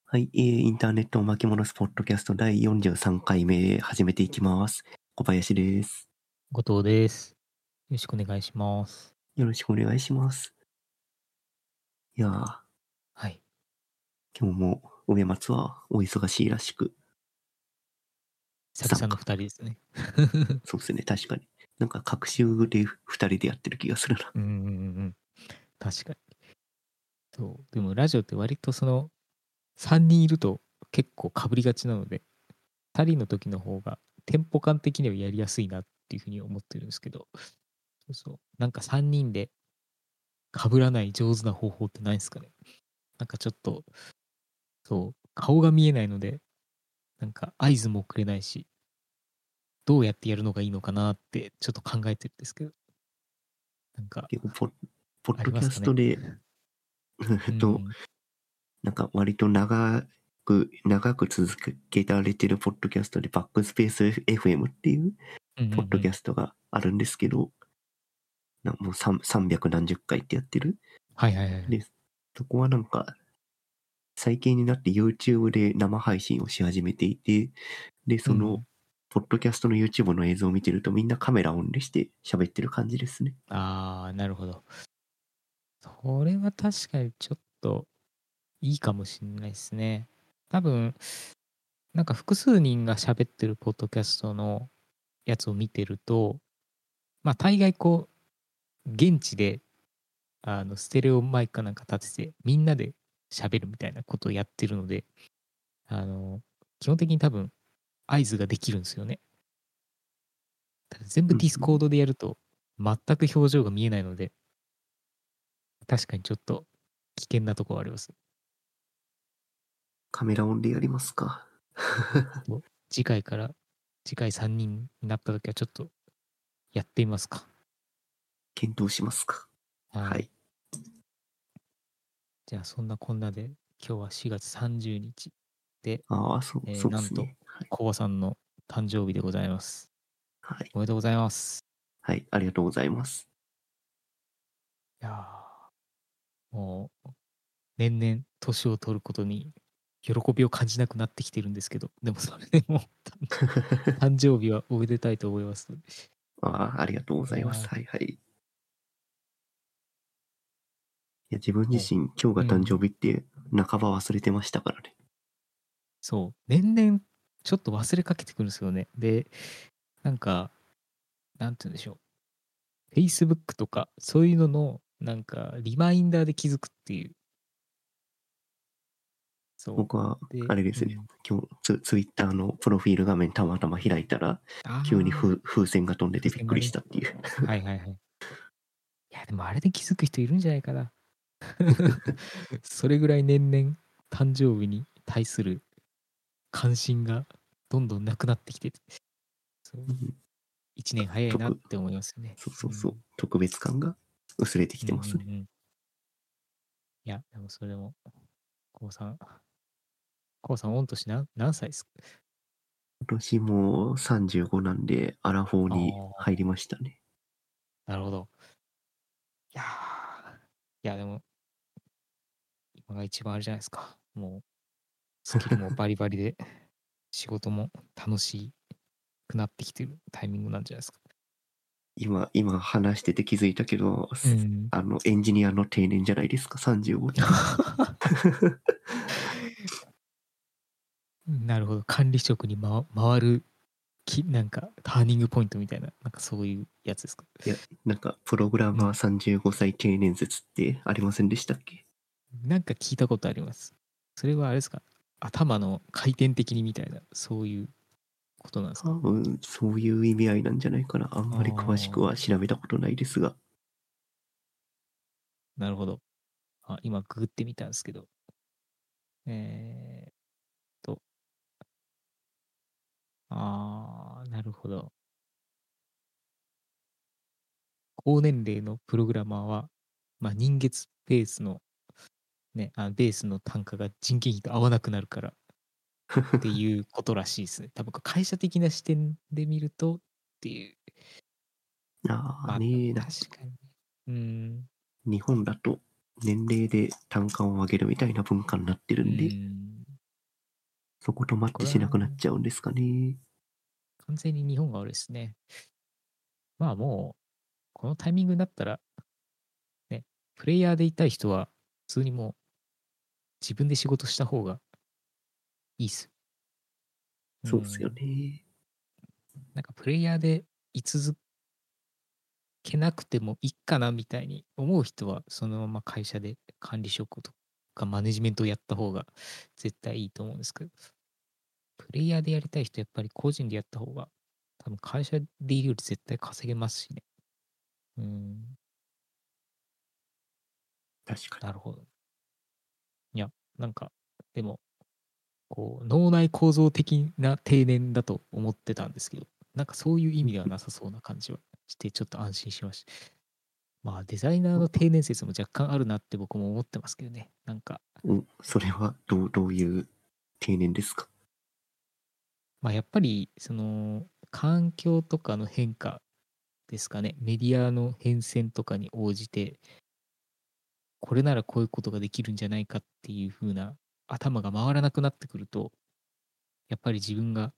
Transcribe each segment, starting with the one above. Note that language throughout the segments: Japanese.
はい、インターネットを巻き戻すポッドキャスト第43回目始めていきます。小林です。 後藤です。よろしくお願いします。 よろしくお願いします。いやー、 はい。 今日も上松はお忙しいらしく参加。 久々の二人ですね。 そうですね、確かに。なんか隔週で2人でやってる気がするな。 うんうんうんうん。確かに。そう。でもラジオって割と3人いると結構被りがちなので、2人の時の方がテンポ感的にはやりやすいなっていうふうに思ってるんですけど、そうそう。なんか3人で被らない上手な方法ってないですかね。なんかちょっと、そう、顔が見えないので、なんか合図も送れないし、どうやってやるのがいいのかなってちょっと考えてるんですけど、なんか結構ポッあドキャりますかね。 ストで、 うん。 なんか割と長く続けられてるポッドキャストでバックスペース FM っていううんうんうポッドキャん。 ストがあるんですけど、もう300何十回ってやってる。 はいはいはい。 で、そこはなんか、最近になって YouTube で生配信をし始めていて、で、その、 うん。 ポッドキャストの YouTube の映像を見てるとみんなカメラオンにして喋ってる感じですね。 ああ、なるほど。それは確かにちょっといいかもしれないですね。多分、なんか複数人が喋ってるポッドキャストのやつを見てると、まあ大概現地で、ステレオマイクかなんか立てて、みんなで喋るみたいなことをやってるので、あの、基本的に多分合図ができるんですよね。ただ全部うんうん。 ディスコードでやると、全く表情が見えないので、確かにちょっと危険なところあります。 カメラオンでやりますか。 と次回から、次回3人になった時はちょっとやってみますか。 検討しますか。 はい。 はい。 じゃあそんなこんなで、今日は4月30日で、 ああ、そうでなんと、 すね。はい。 コバさんの誕生日でございます。 はい。 おめでとうございます。 はい。ありがとうございます。 いやもう、年々年を取ることに喜びを感じなくなってきてるんですけど、でもそれでも誕生日はおめでたいと思います。 ああ、ありがとうごいやざいます。 ーはいはい。いや、自分自も身今日が誕生うん。 日って半ば忘れてましたからね。 そう、年々ちょっと忘れかけてくるんですよね。で、なんか、なんて言うんでしょう。Facebook とか、そういうのの、なんか、リマインダーで気づくっていう。そ僕は、 う。で、 あれですね。 うん。 今日ツイッターのプロフィール画面たまたま開いたら、急にああ、 風船が飛んでてびっくりし風船がね。 たっていう。 はいはいはい。いや、でもあれで気づく人いるんじゃないかな。それぐらい年々、誕生日に対する関心がどんどんなくなってきてて、そう。 うん、 一年早いなっ特、 て思いますよね。 そうそうそう。 うん。 特別感が薄れてきうんうんうてますね。 ん。いや、でもそれでも、こうさん、こうさん、御年何歳ですか？ 今年も35なんで、アラフォーあに入りあ、 ましたね。 なるほど。いやー、いや、でも、今が一番あれじゃないですか。もう、スキルもバリバリで、仕事も楽しくなってきてるタイミングなんじゃないですか。 今話してて気づいたけど、 うん。 エンジニアの定年じゃないですか、35って。 なるほど。管理職に回るなんか、ターニングポイントみたいな、なんかそういうやつですか。 いや、なんか、プログラマーうん。 35歳定年説ってありませんでしたっけ？ なんか聞いたことあります。それはあれですか？頭の回転的にみたいな、そういうことなんですか？ 多分、そういう意味合いなんじゃないかな。あんあまり詳しくはあ、 調べたことないですが。 なるほど。今、ググってみたんですけど。えーっと、なるほど。高年齢のプログラマーは、まあ、年月ベースのね、ベースの単価が人件費と合わなくなるからっていうことらしいですね。多分会社的な視点で見るとっていう。 ああまあ、 ね、なんか、 確かにね。うん。 日本だと年齢で単価を上げるみたいな文化になってるうんで、 ん。 そことマッチしなくなっちゃうんですかね。 完全に日本が悪いですね。まあもう、このタイミングになったら、ね、プレイヤーでいたい人は、普通にもう自分で仕事した方がいいっす。うそうっすよん。 ね。 なんかプレイヤーで居続けなくてもいいかなみたいに思う人は、そのまま会社で管理職とかマネジメントをやった方が絶対いいと思うんですけど、プレイヤーでやりたい人やっぱり個人でやった方が、多分会社でいるより絶対稼げますしね。うん。 確かに。 なるほど。いや、なんか、でも、こう、脳内構造的な定年だと思ってたんですけど、なんかそういう意味ではなさそうな感じはして、ちょっと安心しました。まあ、デザイナーの定年説も若干あるなって僕も思ってますけどね。なんか、 それはどういう定年ですか？ まあ、やっぱり、その、環境とかの変化ですかね。メディアの変遷とかに応じて、これならこういうことができるんじゃないかっていう風な頭が回らなくなってくると、やっぱり自分が、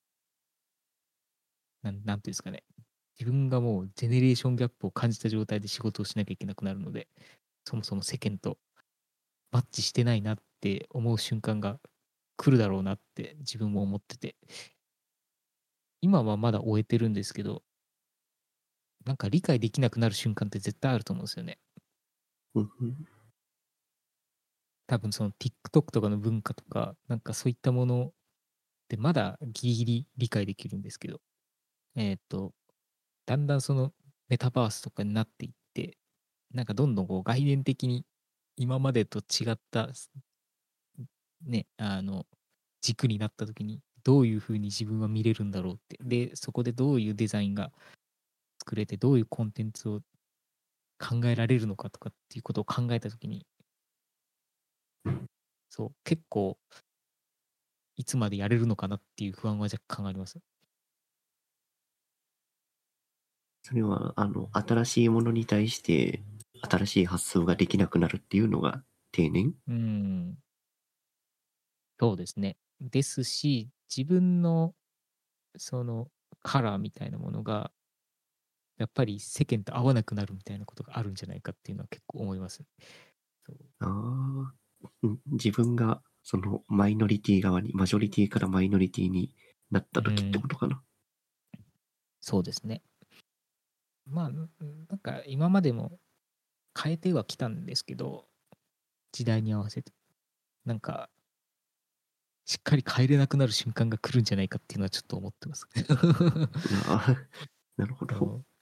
なんていうんですかね。自分がもうジェネレーションギャップを感じた状態で仕事をしなきゃいけなくなるので、そもそも世間とマッチしてないなって思う瞬間が来るだろうなって自分も思ってて、今はまだ終えてるんですけど、なんか理解できなくなる瞬間って絶対あると思うんですよね。 うんうん。 多分その TikTok とかの文化とか、なんかそういったものってまだギリギリ理解できるんですけど、えっと、だんだんそのメタバースとかになっていって、なんかどんどんこう概念的に今までと違ったね、軸になった時にどういうふうに自分は見れるんだろうって。で、そこでどういうデザインが作れて、どういうコンテンツを考えられるのかとかっていうことを考えた時に、そう、結構いつまでやれるのかなっていう不安は若干あります。 それは、新しいものに対して、新しい発想ができなくなるっていうのが定年。 うん、そうですね。ですし、自分のそのカラーみたいなものが、やっぱり世間と合わなくなるみたいなことがあるんじゃないかっていうのは結構思います。そう。 ああ、自分が、その、マイノリティ側に、マジョリティからマイノリティになった時ってうん、 ことかな。 そうですね。まあ、なんか今までも変えてはきたんですけど、時代に合わせて。なんか、しっかり変えれなくなる瞬間が来るんじゃないかっていうのはちょっと思ってます。 ああ、なるほど。 そう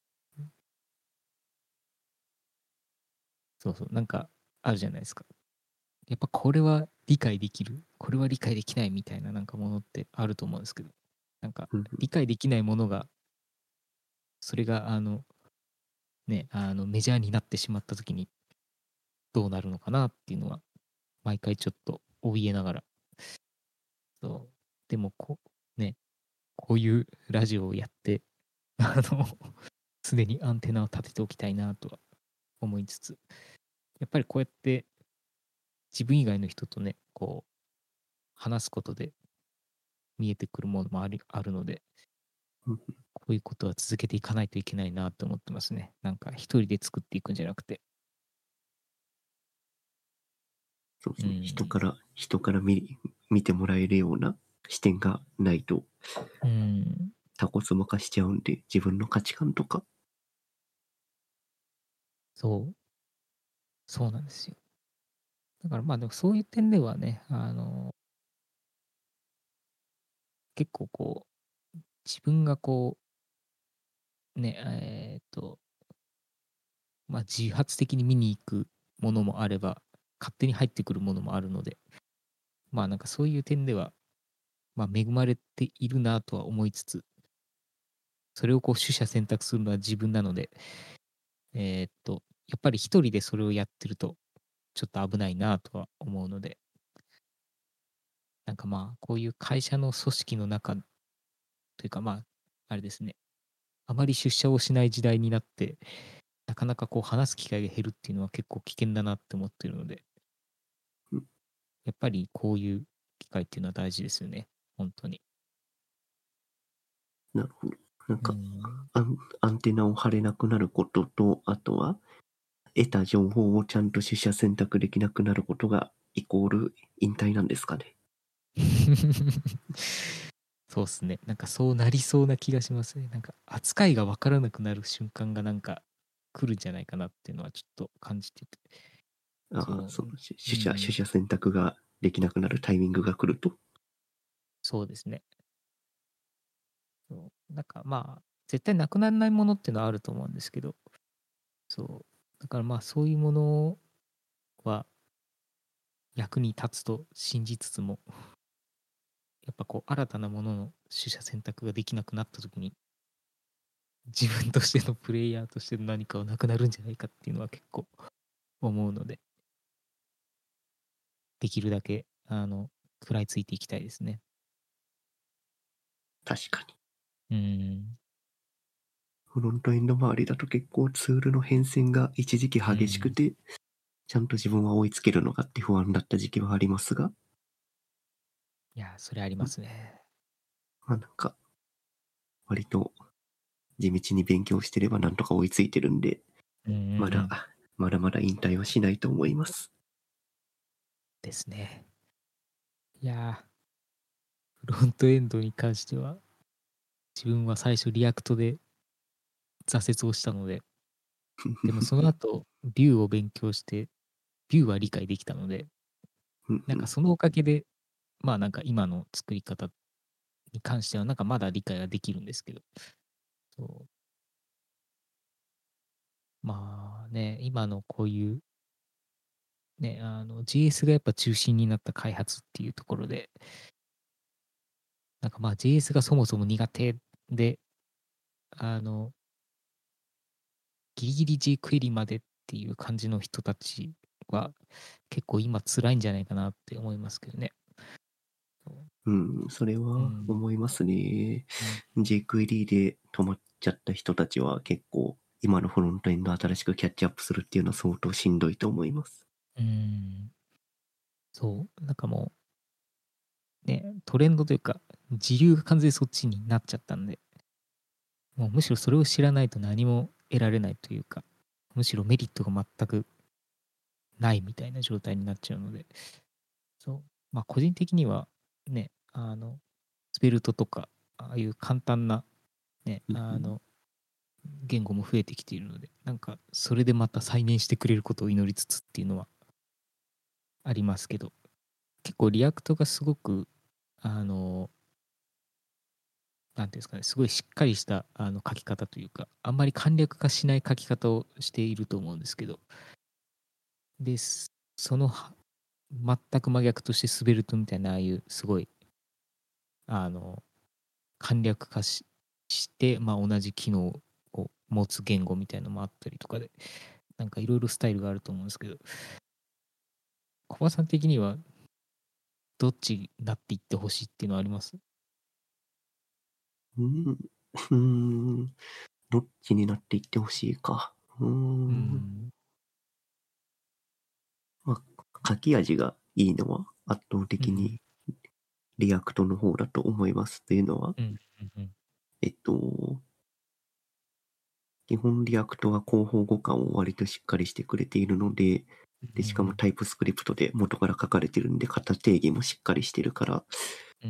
そうそう、なんかあるじゃないですか。やっぱこれは理解できる、これは理解できないみたいななんかものってあると思うんですけど、なんかうん理解できないものが、それがね、メジャーになってしまった時にどうなるのかなっていうのは、毎回ちょっと怯えながら。そう。でもね、こういうラジオをやって、あの、常にアンテナを立てておきたいなとは思いつつ、やっぱりこうやって自分以外の人とね、こう、話すことで見えてくるものもあるので、 うん。 こういうことは続けていかないといけないなと思ってますね。なんか一人で作っていくんじゃなくて。 そうですね。 うん。 人から見てもらえるような視点がないと、 うん。 タコスまかしちゃうんで、自分の価値観とか。 そう。そうなんですよ。だからまあでもそういう点ではね、結構こう、自分がこう、ね、まあ自発的に見に行くものもあれば、勝手に入ってくるものもあるので、まあなんかそういう点では、まあ恵まれているなとは思いつつ、それをこう取捨選択するのは自分なので、やっぱり一人でそれをやってると、ちょっと危ないなとは思うので、なんかまあ、こういう会社の組織の中というかまあ、あれですね、あまり出社をしない時代になって、なかなかこう話す機会が減るっていうのは結構危険だなって思ってるので、 うんやっぱりこういう機会っていうのは大事ですよね。本当に。 なるほど。なんうか、 ん。 アンテナを張れなくなることと、あとは、得た情報をちゃんと取捨選択できなくなることが、イコール引退なんですかね。 そうっすね。なんかそうなりそうな気がしますね。なんか扱いが分からなくなる瞬間がなんか来るんじゃないかなっていうのはちょっと感じてて。 ああ、 そそのう。うん。 取捨選択ができなくなるタイミングが来ると。 そうですね。そう。なんかまあ、絶対なくならないものっていうのはあると思うんですけど、そう。だからまあそういうものは役に立つと信じつつも、やっぱこう新たなものの取捨選択ができなくなった時に、自分としてのプレイヤーとしての何かはなくなるんじゃないかっていうのは結構思うので、できるだけ食らいついていきたいですね。 確かに。 うん。 フロントエンド周りだと結構ツールの変遷が一時期激しくて、ちゃんと自分は追いつけるのかって不安だった時期はありますが、 いや、それありますね。 まあなんか、割と地道に勉強してればなんとか追いついてるんで、 うんうんうまだ、 ん。 まだまだ引退はしないと思います。 ですね。いやフロントエンドに関しては、自分は最初リアクトで挫折をしたので、でもその後、ビューを勉強して、ビューは理解できたので、なんかそのおかげで、まあなんか今の作り方に関してはなんかまだ理解ができるんですけど、そうまあね、今のこういうね、JS がやっぱ中心になった開発っていうところで、なんかまあ JS がそもそも苦手で、あの、ギリギリ jQuery までっていう感じの人たちは結構今辛いんじゃないかなって思いますけどね。 うん、それはうん。 思いますね。 うん。 jQuery で止まっちゃった人たちは結構今のフロントエンド新しくキャッチアップするっていうのは相当しんどいと思います。 うん。そう。なんかもうね、トレンドというか、時流が完全にそっちになっちゃったんで、もうむしろそれを知らないと何も得られないというか、むしろメリットが全くないみたいな状態になっちゃうので、そう。まあ個人的にはね、スペルトとか、ああいう簡単なね、言語も増えてきているので、なんかそれでまた再燃してくれることを祈りつつっていうのはありますけど、結構リアクトがすごく、あの、なんていうんですかね、すごいしっかりした書き方というか、あんまり簡略化しない書き方をしていると思うんですけど、で、その全く真逆としてスベルトみたいな、ああいうすごい、あの、簡略化して、まあ、同じ機能を持つ言語みたいなのもあったりとかで、なんかいろいろスタイルがあると思うんですけど、小葉さん的にはどっちになっていってほしいっていうのはあります？ うん、うん、どっちになっていってほしいか。 うん。 まあ、書き味がいいのは圧倒うん。 的にリアクトの方だと思います。というのは、 うん。うん。 えっと、基本リアクトは広報互換を割としっかりしてくれているので、で、しかもタイプスクリプトで元から書かれてるんで、型定義もしっかりしてるから、 うん。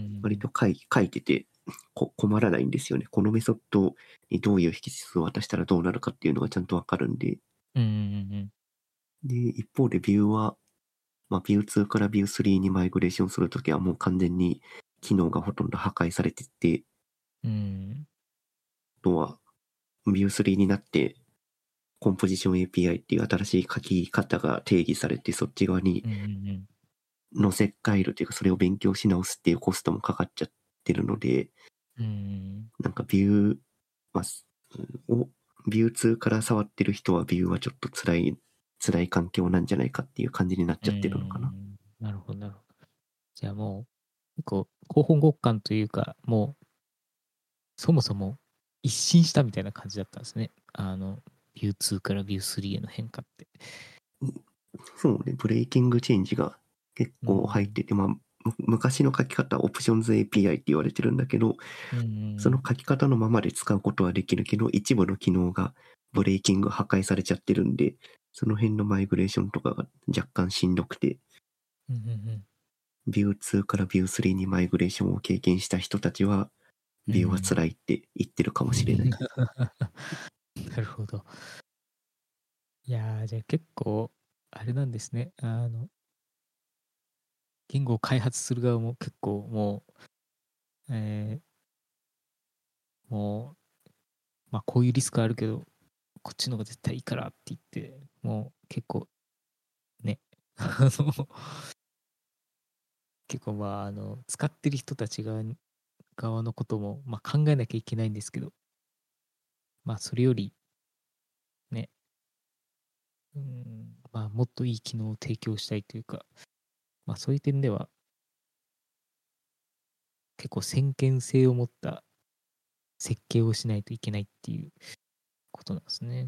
割と書いてて困らないんですよね。このメソッドにどういう引数を渡したらどうなるかっていうのがちゃんとわかるんで。 うん。うん。 で、一方でビューは、まあ、ビュー2からビュー3にマイグレーションするときはもう完全に機能がほとんど破壊されてて、 うん。 あとはビュー3になってコンポジション API っていう新しい書き方が定義されて、そっち側にうん。 乗せ替えるというか、それを勉強し直すっていうコストもかかっちゃってるので、 うん。 なんかビュー、まあ、を、ビュー2から触ってる人はビューはちょっと辛い環境なんじゃないかっていう感じになっうちゃってるのかな。 ん。なるほど、なるほど。じゃあもう、結構、広報互換というか、もう、そもそも一新したみたいな感じだったんですね。ビュー2からビュー3への変化って。 そうね、ブレイキングチェンジが結構入っうん。 てて、まあ、 昔の書き方はオプションズ API って言われてるんだけど、その書き方のままで使うことはできるけど、一部の機能がブレイキング破壊されちゃってるんで、その辺のマイグレーションとかが若干しんどくて、ビュー2からビュー3にマイグレーションを経験した人たちは、ビューは辛いって言ってるかもしれない。 なるほど。いやー、じゃあ結構、あれなんですね。言語を開発する側も結構もう、もう、まあこういうリスクあるけど、こっちの方が絶対いいからって言って、もう結構ね、結構まあ、使ってる人たち側のことも、まあ、考えなきゃいけないんですけど、まあそれよりね、まあもっといい機能を提供したいというか、まあそういう点では結構先見性を持った設計をしないといけないっていうことなんですね。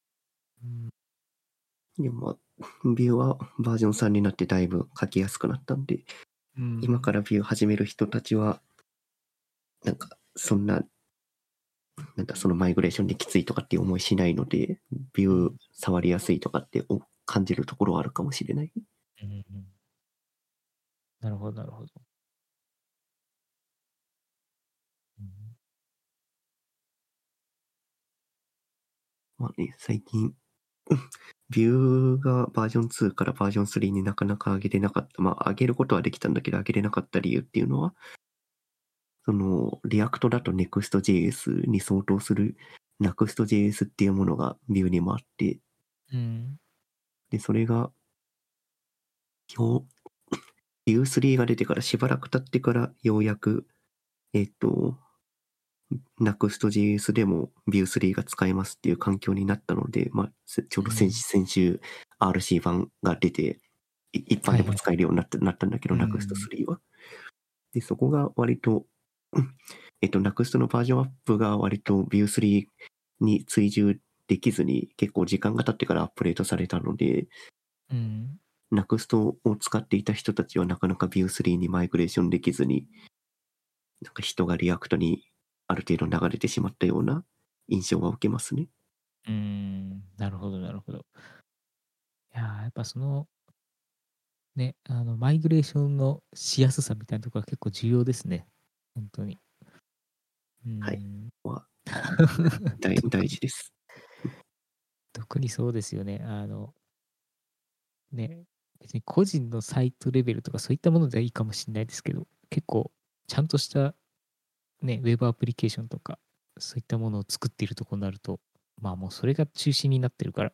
でもビューはバージョン3になってだいぶ書きやすくなったんで、今からビュー始める人たちは、なんかそんな、なんかそのマイグレーションできついとかっていう思いしないので、ビュー触りやすいとかって感じるところはあるかもしれない。 なるほど、なるほど。 まあね、最近、ビューがバージョン2からバージョン3になかなか上げれなかった。まあ、上げることはできたんだけど、上げれなかった理由っていうのは、その、リアクトだと Next.js に相当する Next.js っていうものがビューにもあって、で、それが、ビュー3が出てからしばらく経ってからようやく、Next.js でも Vue3 が使えますっていう環境になったので、まあ、ちょうど先週 RC 版が出て、一般でも使えるようになったんだけど、Next3 は。で、そこが割と、Next のバージョンアップが割と Vue3 に追従できずに結構時間が経ってからアップデートされたので、Next を使っていた人たちはなかなか Vue3 にマイグレーションできずに、なんか人がリアクトにある程度流れてしまったような印象は受けますね。 なるほど、なるほど。いやー、やっぱその、ね、マイグレーションのしやすさみたいなところは結構重要ですね。本当に。 はい。は特大事です。 特にそうですよね。ね、別に個人のサイトレベルとかそういったものではいいかもしれないですけど、結構ちゃんとしたね、ウェブアプリケーションとか、そういったものを作っているところになると、まあもうそれが中心になってるから、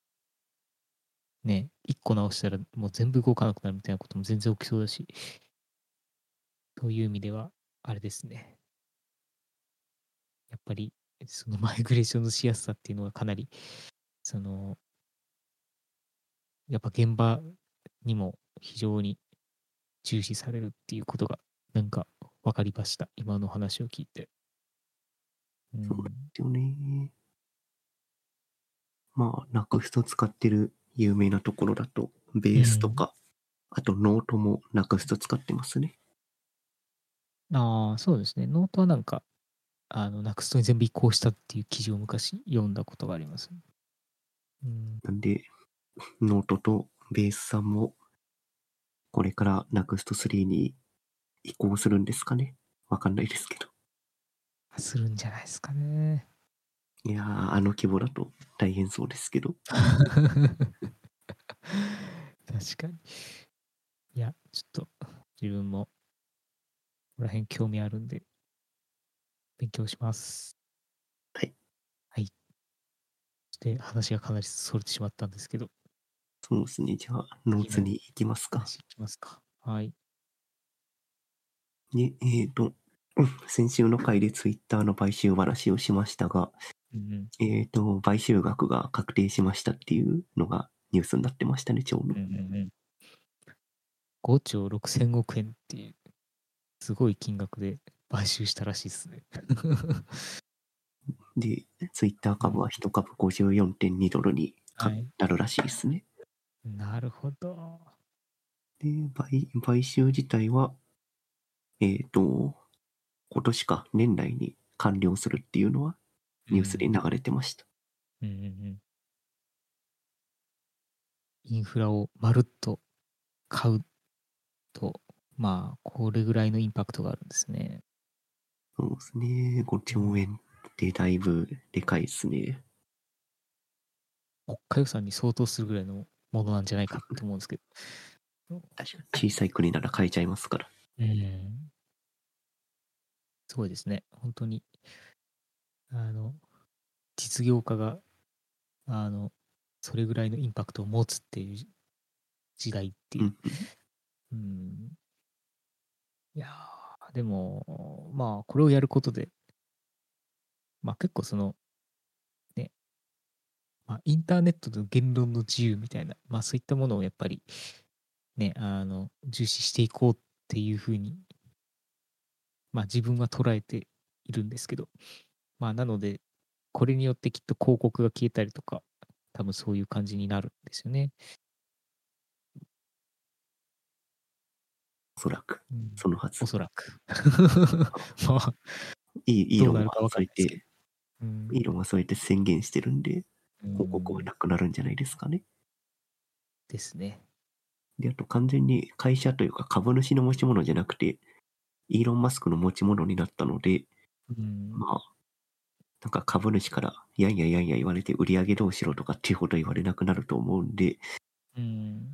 ね、一個直したらもう全部動かなくなるみたいなことも全然起きそうだし、という意味では、あれですね。やっぱり、そのマイグレーションのしやすさっていうのがかなり、その、やっぱ現場にも非常に重視されるっていうことが、なんか分かりました。今の話を聞いて。 そうですよね。まあ、Next 使ってる有名なところだと、ベースとか、あとノートも Next 使ってますね。 ああ、そうですね。ノートはなんか、ナクストに全部移行したっていう記事を昔読んだことがあります。 なんで、ノートとベースさんも、これから Next3 に移行するんですかね。わかんないですけど。 するんじゃないですかね。 いやー、あの規模だと大変そうですけど。 確かに。いや、ちょっと自分も、ここら辺興味あるんで、勉強します。 はい。 はい。そして話がかなり逸れてしまったんですけど、 そうですね。じゃあ、ノーツに行きますか。 話いきますか。はい。 で、先週の回でツイッターの買収話をしましたが、買収額が確定しましたっていうのがニュースになってましたね、ちょうど。 5兆6000億円っていう、すごい金額で買収したらしいですね。 で、ツイッター株は1株54.2ドルにはい。 なるらしいですね。 なるほど。 で、買収自体は、今年か、年内に完了するっていうのはニュースで流れてました。 うんうんうん。インフラをまるっと買うと、まあ、これぐらいのインパクトがあるんですね。 そうですね。5兆円ってだいぶでかいですね。 国家予算に相当するぐらいのものなんじゃないかって思うんですけど。 確かに小さい国なら買えちゃいますから。 うん。すごいですね。本当に、実業家が、それぐらいのインパクトを持つっていう時代っていう。 うんうん。 うん。いやでも、まあ、これをやることで、まあ結構その、ね、まあ、インターネットの言論の自由みたいな、まあそういったものをやっぱりね、重視していこうっていうふうに、まあ自分は捉えているんですけど、まあなので、これによってきっと広告が消えたりとか、多分そういう感じになるんですよね。 おそらく、 うん、 そのはず。 おそらく。まあ、 イーロンはどうなるかわかそうやって、 んないですけど。うん。 イーロンはそうやって宣言してるんで、 う広告はん。 なくなるんじゃないですかね。 ですね。 で、あと完全に会社というか株主の持ち物じゃなくて、イーロン・マスクの持ち物になったので、 うん。 まあ、なんか株主からやんややんや言われて売り上げどうしろとかっていうこと言われなくなると思うんで、 うん。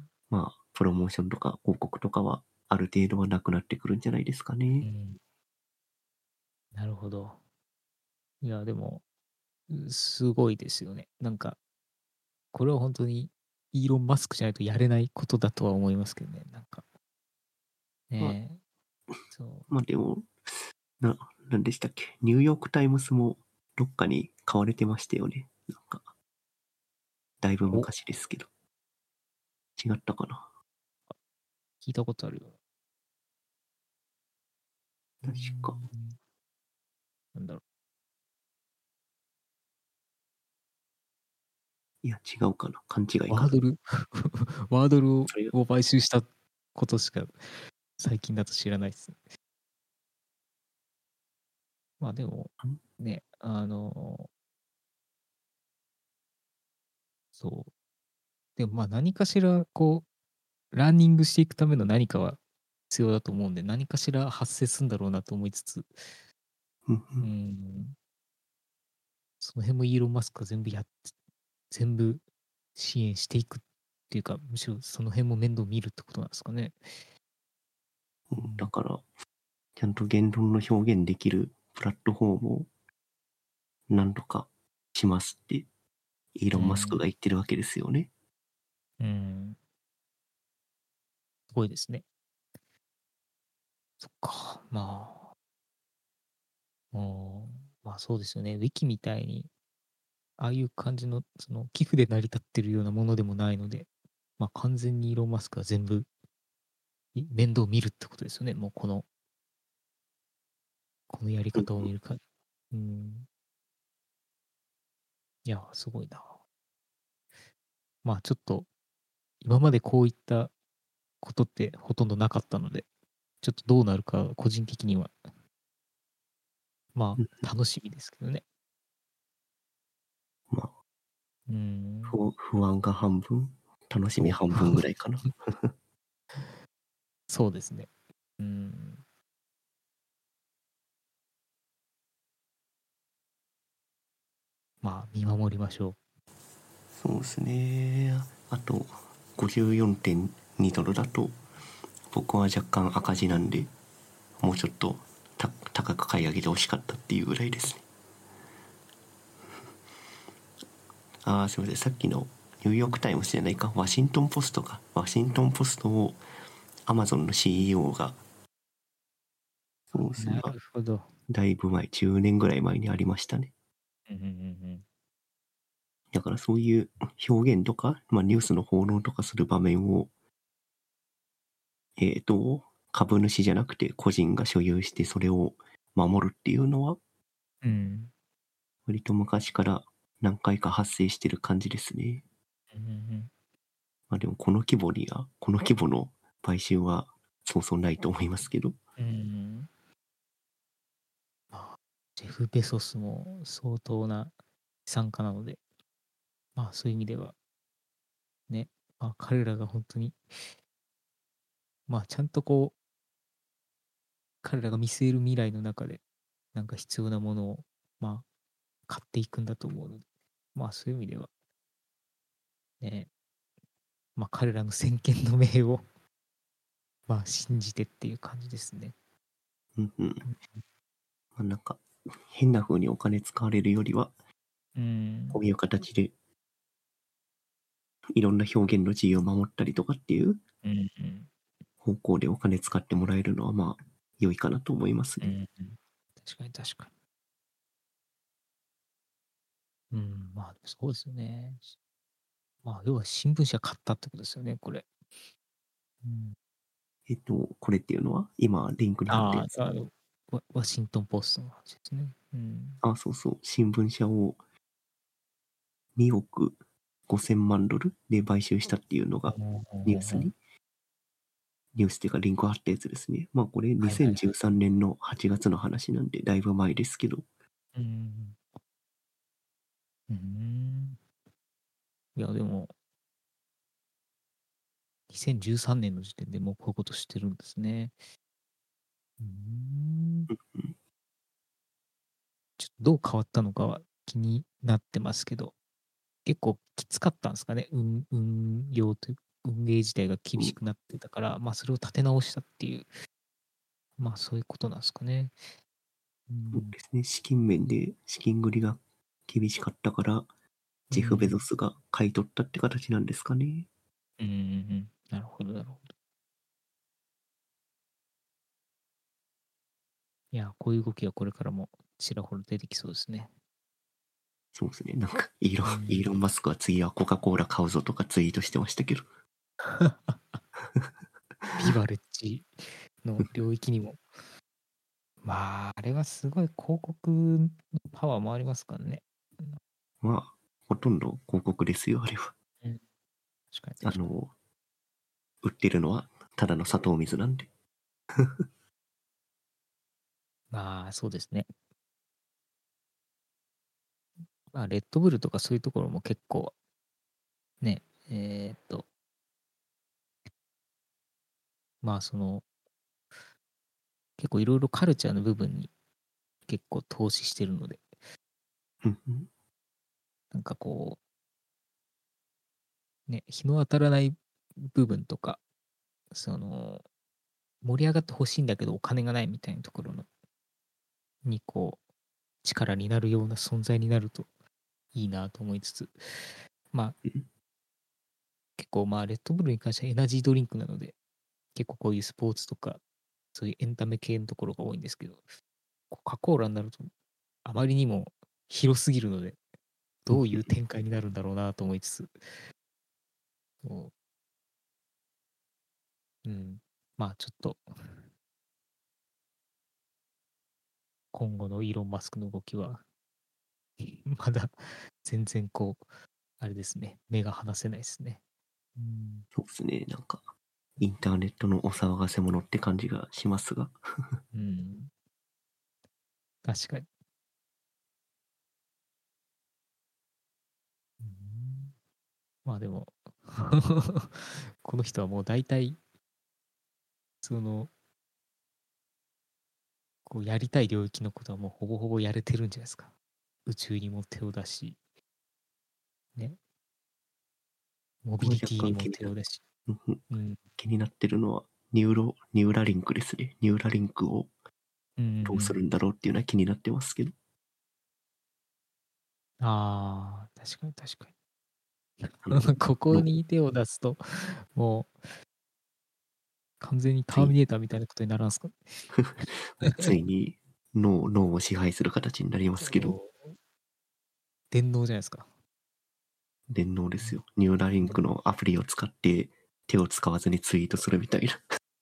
まあ、プロモーションとか広告とかはある程度はなくなってくるんじゃないですかね。 うん。なるほど。いや、でも、すごいですよね。なんか、これは本当にイーロン・マスクじゃないとやれないことだとは思いますけどね。なんか、 まあ、 ねえ、そう。 まあでも、なんでしたっけ。ニューヨークタイムズもどっかに買われてましたよね。なんか、だいぶお、 昔ですけど。違ったかな。 聞いたことあるよ。うー確か。 ん、なんだろいや、違うかな。勘違いう。 かな。 ワードルをそれが、 を買収したことしか最近だと知らないですね。まあでも、ね、そう。でもまあ何かしら、こう、ランニングしていくための何かは必要だと思うんで、何かしら発生するんだろうなと思いつつ、 うんううん。 ん、その辺もイーロン・マスクが全部支援していくっていうか、むしろその辺も面倒見るってことなんですかね。うん、 だから、ちゃんと言論の表現できるプラットフォームをなんとかしますって、イーロン・マスクうん、 が言ってるわけですよね。 うん、すごいですね。そっか、うん、まあそうですよね。ウィキみたいに、ああいう感じの、その寄付で成り立ってるようなものでもないので、まあ完全にイーロン・マスクが全部面倒を見るってことですよね。もうこのやりうん方を見るか。うん。いや、すごいな。まあちょっと、今までこういったことってほとんどなかったので、ちょっとどうなるか個人的には、まうん。 あ楽しみですけどね。 まあ、 うん。 不安が半分、楽しみそう。 半分ぐらいかな。 そうですね。うん。まあ見守りましょそうですね。あと、54.2ドルだと、僕は若干赤字なんで、もうちょっと高く買い上げてほしかったっていうぐらいですね。ああ、すみません。さっきのニューヨークタイムズじゃないか、ワシントンポストか。ワシントンポストをアマゾンの CEO が、そうでう。 すね。 なるほど。 だいぶ前、10年ぐらい前にありましたね。 うんうんうんだからそういう表現とか、まあ、ニュースの報道とかする場面を、えっ、と、株主じゃなくて個人が所有してそれを守るっていうのは、 うん。うん。 割と昔から何回か発生してる感じですね。 うんうんまあでもこの規模の買収はそうそうないと思いますけど。 まあ、ジェフ・ベソスも相当な資産家なので、まあそういう意味ではね、まあ彼らが本当に、まあちゃんとこう、彼らが見据える未来の中で、なんか必要なものを、まあ買っていくんだと思うので、まあそういう意味では、ね、まあ彼らの先見の明を、まあ信じてっていう感じですね。 うんうん。まあ、なんか、変な風にお金使われるよりは、 うん。 こういう形でいろんな表現の自由を守ったりとかっていううん。うん。 方向でお金使ってもらえるのはまあ良いかなと思いますね。 うん。確かに確かに。うん。まあそうですよね。まあ要は新聞社買ったってことですよね、これ。うん。 これっていうのは今リンクに貼ったやつ。 ワシントンポストの話ですね。うん。 あ、そうそう。新聞社を2億5000万ドルで買収したっていうのがニュースに、ニュースっていうかリンク貼ったやつですね。まあこれはいはいはい。 2013年の8月の話なんでだいぶ前ですけど、 うん。うん。いや、でも、2013年の時点でもうこういうことしてるんですね。うん。ちょっとどう変わったのかは気になってますけど、結構きつかったんですかね。運用という、運営自体が厳うん、 しくなってたから、まあそれを立て直したっていう、まあそういうことなんですかね。うん。 そうですね。資金面で資金繰りが厳しかったから、ジェフ・ベうん。 ゾスが買い取ったって形なんですかね。 うん。うん。なるほど、なるほど。いや、こういう動きはこれからもちらほら出てきそうですね。 そうですね。なんか、 うん。 イーロン・マスクは次はコカ・コーラ買うぞとかツイートしてましたけど。 ビバレッジの領域にも。まあ、あれはすごい広告のパワーもありますからね。 まあ、ほとんど広告ですよ、あれは。 うん。確かに確かに。 あの、売ってるのはただの砂糖水なんで。 まあ、そうですね。まあ、レッドブルとかそういうところも結構ね、まあ、結構いろいろカルチャーの部分に結構投資してるので、 うんうん。 なんかこう、ね、日の当たらない部分とか、その、盛り上がってほしいんだけどお金がないみたいなところのにこう力になるような存在になるといいなと思いつつ、まあ結構まあレッドブルに関してはエナジードリンクなので、結構こういうスポーツとかそういうエンタメ系のところが多いんですけど、コカ・コーラになるとあまりにも広すぎるので、どういう展開になるんだろうなと思いつつ、もう、うん、まあちょっと今後のイーロン・マスクの動きはまだ全然こう、あれですね、目が離せないですね。うん。 そうですね。なんか、インターネットのお騒がせ者って感じがしますが。 うん。確かに。うん。まあでもこの人はもう大体、その、こうやりたい領域のことはもうほぼほぼやれてるんじゃないですか。宇宙にも手を出し、ね、モビ僕がリティにも若干手を出し。 うんうんうん。 気になってるのは、ニューラリンクですね。ニューラリンクをうんうんうどうすん。 るんだろうっていうのは気になってますけど。 ああ、確かに確かあの、 に。ここの、 に手を出すと、もう完全にタつい、 ーミネーターみたいなことにならんすか？ ついに脳を支配する形になりますけど、 もう電脳じゃないですか。 電脳ですよ。ニューラリンクのアプリを使って手を使わずにツイートするみたいな。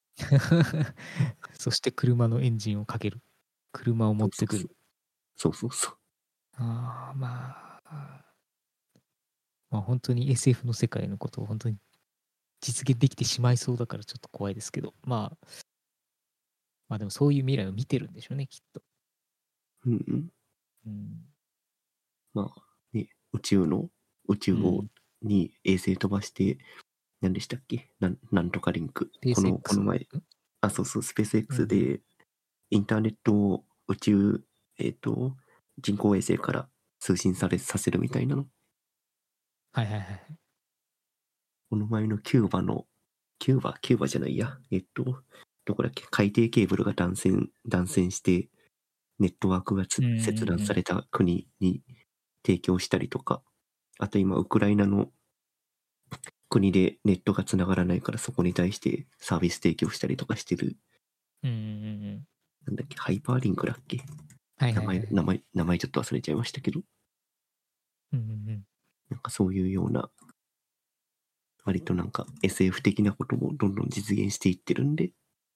そして車のエンジンをかける。車を持ってくる。 そうそうそう。そうそうそう。 ああ、まあ、まあ本当に SF の世界のことを本当に実現できてしまいそうだからちょっと怖いですけど、まあでもそういう未来を見てるんでしょうね、きっと。 うんうん。 うん。 まあ、ね、宇宙を、 うん。 に衛星飛ばして、何でしたっけなんとかリンク。 スペースこ X。 の前、あ、そうそう、スペースう X ん。 で、インターネットを宇宙、人工衛星から通信させるみたいなの。 はいはいはい。 この前のキューバじゃないや。どこだっけ海底ケーブルが断線して、ネットワークがうんうん切断うん。 された国に提供したりとか、あと今、ウクライナの国でネットが繋がらないからそこに対してサービス提供したりとかしてる、 うんうんうんうん。 なんだっけ、ハイパーリンクだっけ。 はいはいはい。 名前ちょっと忘れちゃいましたけど、 うんうんうん。 なんかそういうような、割となんか SF 的なこともどんどん実現していってるんで、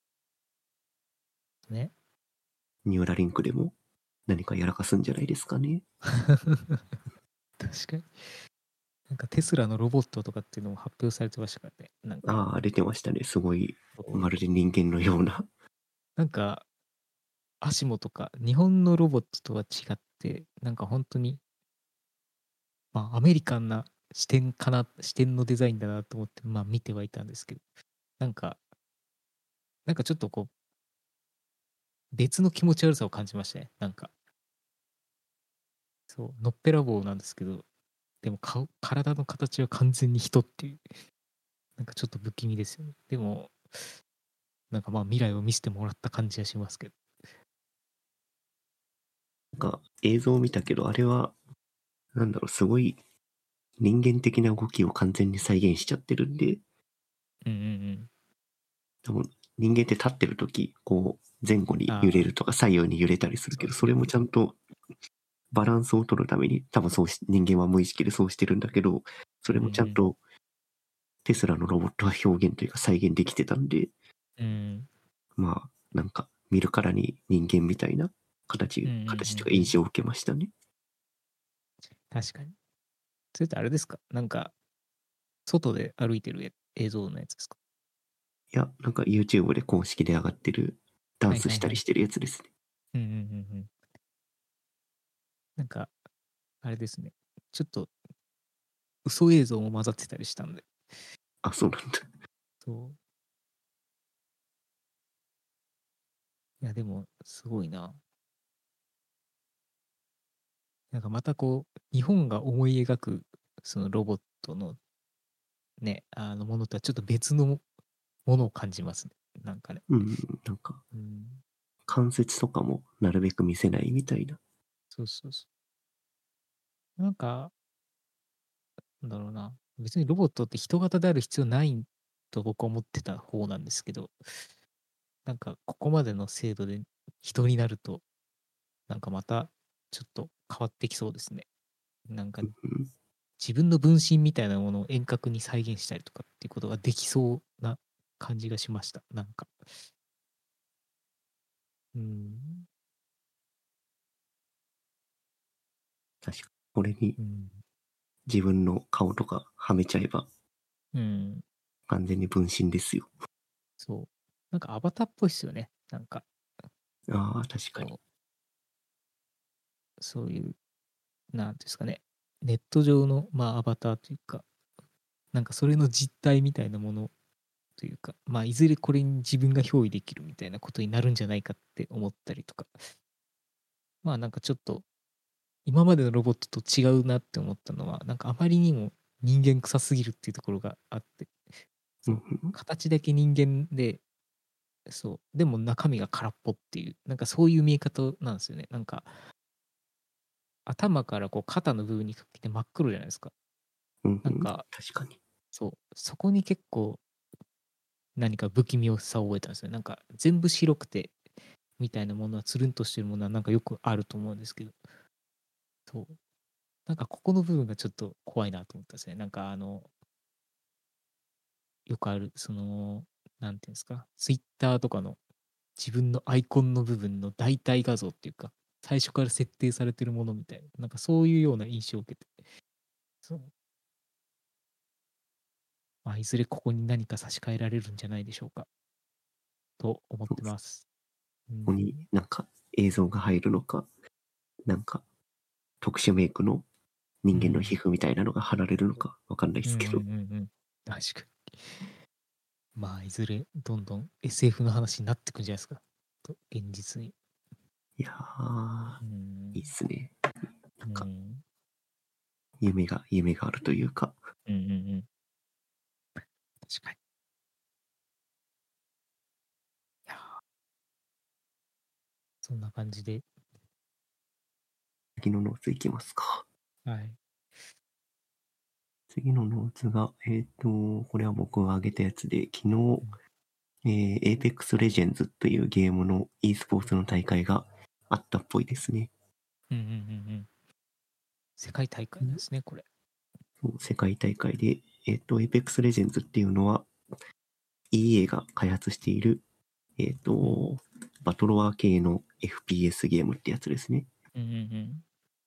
ね。 ニューラリンクでも何かやらかすんじゃないですかね。 確かに。なんかテスラのロボットとかっていうのも発表されてましたからね。なんか、 ああ、出てましたね。すごい、 そうまるで人間のような。 なんか、アシモとか、日本のロボットとは違って、なんか本当に、まあ、アメリカンな視点のデザインだなと思って、まあ見てはいたんですけど、なんか、なんかちょっとこう、別の気持ち悪さを感じましたね。なんか、そう、のっぺらぼうなんですけど、でも体の形は完全に人っていう、なんかちょっと不気味ですよね。でも、なんかまあ未来を見せてもらった感じはしますけど。 なんか映像を見たけど、あれは、なんだろう、すごい人間的な動きを完全に再現しちゃってるんで、 うんうんうん。 多分人間って立ってる時、こう前後に揺れああ、 るとか左右に揺れたりするけど、それそうですね。 もちゃんとバランスを取るために、多分人間は無意識でそうしてるんだけど、それもちゃんうんとテスラのロボットは表現というか再現できてたんで、 うん。うん。 まあ、なんか見るからに人間みたいなうんうんうん形というかうん。 印象を受けましたね。 確かに。それってあれですか、なんか、外で歩いてる映像のやつですか？ いや、なんか YouTube で公式で上がってるダンはいはいはい。 スしたりしてるやつですね。 うんうんうんうん。なんか、あれですね。ちょっと嘘映像も混ざってたりしたんで。 あ、そうなんだ。 そう。いや、でも、すごいな。なんかまたこう、日本が思い描く、そのロボットのね、ものとはちょっと別のものを感じますね。なんかね。 うん、なんかうん。 関節とかもなるべく見せないみたいな。 そうそうそう。なんか、なんだろうな。別にロボットって人型である必要ないと僕は思ってた方なんですけど、なんかここまでの精度で人になると、なんかまたちょっと変わってきそうですね。なんかうん、 自分の分身みたいなものを遠隔に再現したりとかっていうことができそうな感じがしました。なんか。うん。 確かに。これにうん。 自分の顔とかはめちゃえばうん。 完全に分身ですよ。 そう。なんかアバターっぽいっすよね。なんか、 ああ、確かに。 そう、そういう、なんていうんですかね。ネット上の、まあ、アバターというか、なんかそれの実態みたいなものというか、まあ、いずれこれに自分が憑依できるみたいなことになるんじゃないかって思ったりとか、まあなんかちょっと今までのロボットと違うなって思ったのは、なんかあまりにも人間臭すぎるっていうところがあって、 うんうそう、 ん、 形だけ人間で、そう、でも中身が空っぽっていう、なんかそういう見え方なんですよね。なんか頭からこう肩の部分にかけて真っ黒じゃないですか。 うんうん、 なんか、 確かに。 そう、そこに結構何か不気味さを覚えたんですよ。なんか全部白くてみたいなものはつるんとしてるものはなんかよくあると思うんですけど、そう。なんかここの部分がちょっと怖いなと思ったんですね。なんかよくある、なんていうんですか、ツイッターとかの自分のアイコンの部分の代替画像っていうか、最初から設定されてるものみたいな、なんかそういうような印象を受けて、そう。 まあ、いずれここに何か差し替えられるんじゃないでしょうか、と思っそうです。 てます。うここにん。 なんか映像が入るのか、なんか特殊メイクの人間の皮うん。 膚みたいなのが貼られるのかわかんないでうんうんすけど。 うんうん。確かに。まあ、いずれどんどん SF の話になってくんじゃないですか。と、現実に。 いやー、 うん。 いいっすね。なんかうん。 夢があるというか。 うんうんうん。確かに。いやー、そんな感じで。 次のノーツいきますか。 はい。 次のノーツが、これは僕が挙げたやつで、昨日、 うん。 Apex Legends というゲームの e スポーツの大会があったっぽいですね。 うんうんうんうん。世界大会なんですね、これ。 そう世界大会で、Apex Legends っていうのは EA が開発している、 うん。 バトロワー系の FPS ゲームってやつですね。 うんうんうん。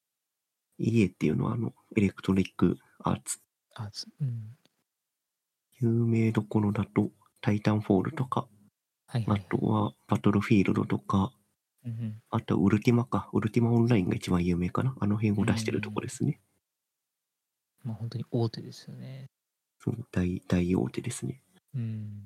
EA っていうのはエレクトリックアーツ。 あ、うん。 有名どころだと、タイタンフォールとか、あはいはいはい。 とはバトルフィールドとか、 うんうん。 あとウルティマか。ウルティマオンラインが一番有名かな。あの辺うを出してるとこん。 ですね。 まあ本当に大手ですよね。 そう、大大手ですね。 うん。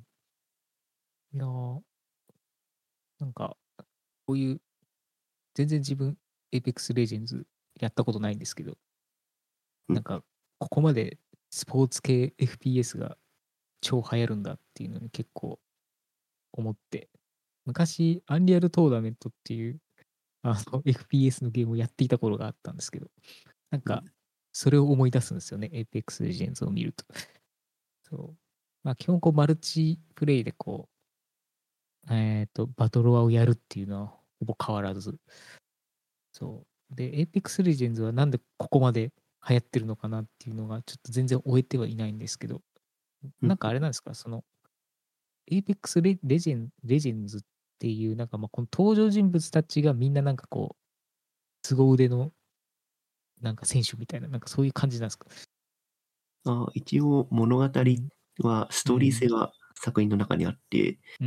いやー、なんか、こういう、全然自分、Apex Legends やったことないんですけど、 うん。 なんか、ここまでスポーツ系 FPS が超流行るんだっていうのに結構思って、昔、アンリアルトーナメントっていう、FPS のゲームをやっていた頃があったんですけど、なんか、 うん。 それを思い出すんですよね、Apex Legends を見ると。そう。まあ、基本こう、マルチプレイでこう、バトロワをやるっていうのはほぼ変わらず。そう。で、Apex Legends はなんでここまで流行ってるのかなっていうのがちょっと全然終えてはいないんですけど、 うん。 なんかあれなんですか、その Apex Legends っていう、なんかまあこの登場人物たちがみんななんかこう、凄腕のなんか選手みたいな、なんかそういう感じなんですか。 一応物語うん。 はストーリーうん。 性が作品の中にあって、 うん。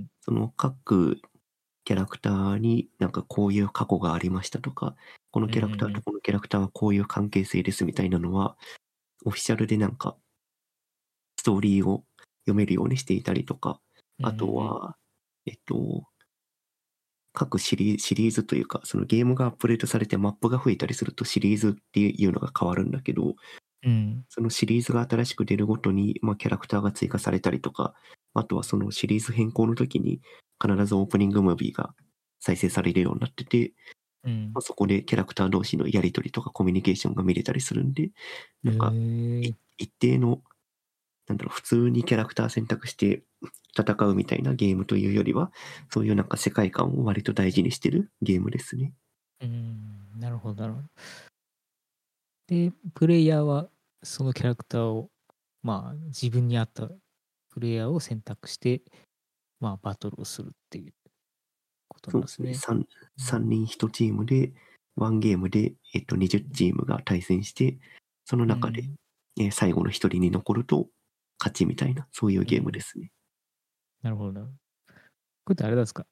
その各キャラクターになんかこういう過去がありましたとか、このうん。うキャラクターとん。 このキャラクターはこういう関係性ですみたいなのは、オフィシャルでなんかストーリーを読めるようにしていたりとか、 うん。うあとん。 は、えっと、各シリーズというか、そのゲームがアップデートされてマップが増えたりするとシリーズっていうのが変わるんだけど、 うん。 そのシリーズが新しく出るごとに、まあ、キャラクターが追加されたりとか、あとはそのシリーズ変更の時に必ずオープニングムービーが再生されるようになってて、 うん。 まあ、そこでキャラクター同士のやり取りとかコミュニケーションが見れたりするんで、 へなんか、 え。 一定の、なんだろう、普通にキャラクター選択して戦うみたいなゲームというよりは、そういうなんか世界観を割と大事にしてるゲームですね。 うん。なるほど、なるほど。で、プレイヤーはそのキャラクターを、まあ、自分に合ったプレイヤーを選択して、まあ、バトルをするっていうことそうですね。 なんですね。 3人1チームで、ワンゲームで、20チームが対戦して、その中で、 うん。 最後の1人に残ると勝ちみたいな、そういうゲームでうん。 すね。 なるほど、なるほど。これってあれなんですか、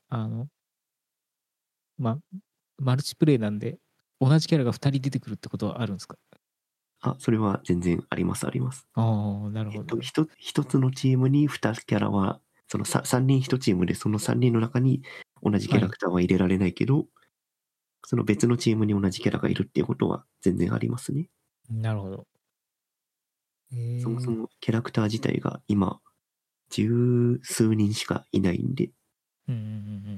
まあ、マルチプレイなんで、同じキャラが2人出てくるってことはあるんですか？ あ、それは全然あります、あります。 ああ、なるほど。 一つのチームに2キャラは、その3人1チームでその3人の中に同じキャラはい。 クターは入れられないけど、その別のチームに同じキャラがいるっていうことは全然ありますね。 なるほど。ええ。 そもそもキャラクター自体が今、十数人しかいないんで、 うんうんうんうん。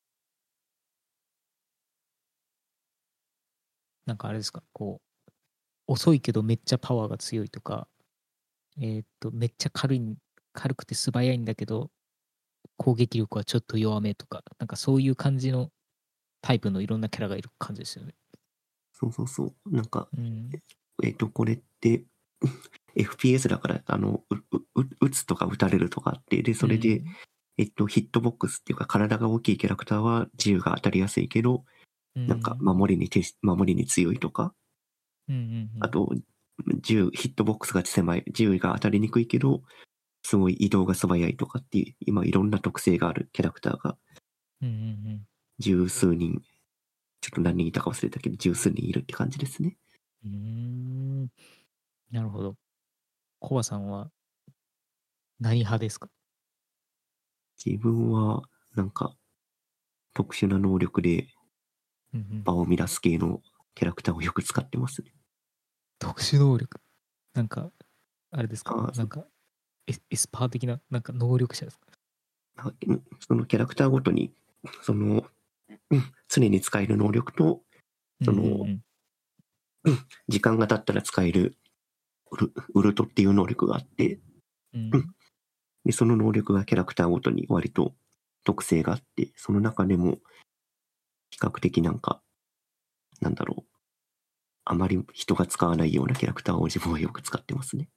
なんかあれですか、こう、遅いけどめっちゃパワーが強いとか、めっちゃ軽くて素早いんだけど、攻撃力はちょっと弱めとか、なんかそういう感じのタイプのいろんなキャラがいる感じですよね。 そうそうそう。なんか、 うん。 これって、FPS だから、撃つとか撃たれるとかあって、で、それで、 うん。 ヒットボックスっていうか、体が大きいキャラクターは銃が当たりやすいけど、 うなんか、 ん。 守りに強いとか、 うんうんうん。 あと、 ヒットボックスが狭い、銃が当たりにくいけど、すごい移動が素早いとかっていう、今いろんな特性があるキャラクターがうんうん十数人、ちょっと何人いたか忘れたけど、十数人いるって感じですね。 うん。なるほど。コバさんは何派ですか？ 自分は、なんか、特殊な能力でうんうん。 場を乱す系のキャラクターをよく使ってますね。 特殊能力。なんか、あれですか？ あなんか、エスパー的な、なんか能力者ですか？ そのキャラクターごとに、その、常に使える能力と、 うんうんうその、 ん。 時間が経ったら使えるウルトっていう能力があって、 うんで、その能力がキャラクターごとに割と特性があって、その中でも比較的なんか、なんだろう、あまり人が使わないようなキャラクターを自分はよく使ってますね。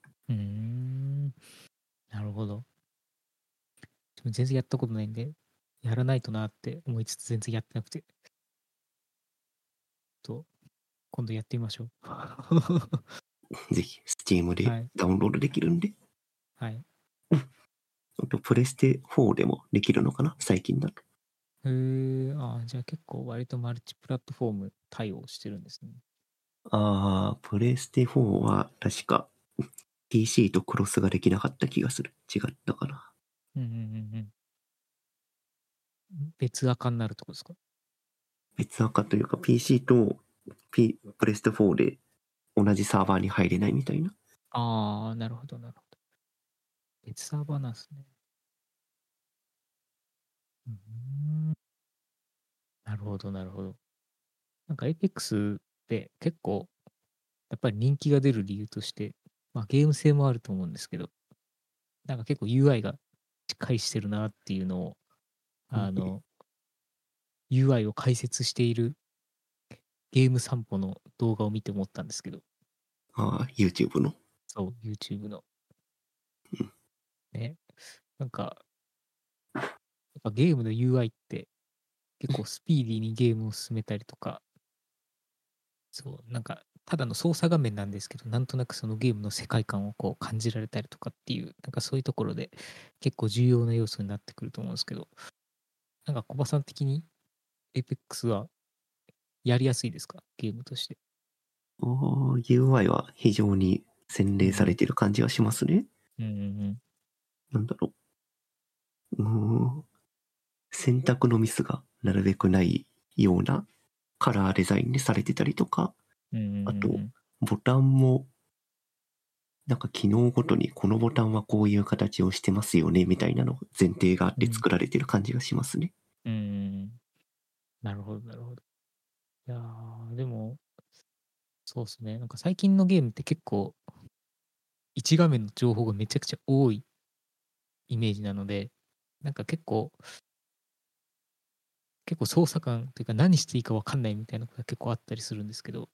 なるほど。でも全然やったことないんで、やらないとなって思いつつ全然やってなくて、今度やってみましょう。 ぜひ、Steam ではい。 ダウンロードできるんで。 はい。 あと、プレステ4でもできるのかな最近だと。 じゃあ結構割とマルチプラットフォーム対応してるんですね。 プレステ4は確か PC とクロスができなかった気がする。違ったかな。 うんうんうんうん。別アカになるとこですか？ 別アカというか PC と、プレステ4で同じサーバーに入れないみたいな。 ああ、なるほど、なるほど。別サーバーなんですね。うーん。なるほど、なるほど。なんか Apex って結構、やっぱり人気が出る理由として、まあゲーム性もあると思うんですけど、なんか結構 UI がしっかりしてるなっていうのを、あの、UI を解説しているゲーム散歩の動画を見て思ったんですけど、 YouTube の。 そう、YouTube の。ね。なんか、やっぱゲームの UI って結構スピーディーにゲームを進めたりとか、そう、なんか、ただの操作画面なんですけど、なんとなくそのゲームの世界観をこう感じられたりとかっていう、なんかそういうところで結構重要な要素になってくると思うんですけど、なんか小葉さん的に Apex はやりやすいですか？ゲームとして。 UI は非常に洗練されうんてる感じはしますね。 うん。うんうんなんだろう。選択のミスがなるべくないようなカラーデザインにされてたりとか、 うん。うんうんあと、 うんボタンも、なんか機能ごとにこのボタンはこういう形をしてますよね、みたいなの前提があっうん。 て作られてる感じがしますね。 うん。なるほど、なるほど。いやでも、そうですね。なんか最近のゲームって結構、一画面の情報がめちゃくちゃ多いイメージなので、なんか結構操作感というか何していいか分かんないみたいなことが結構あったりするんですけど、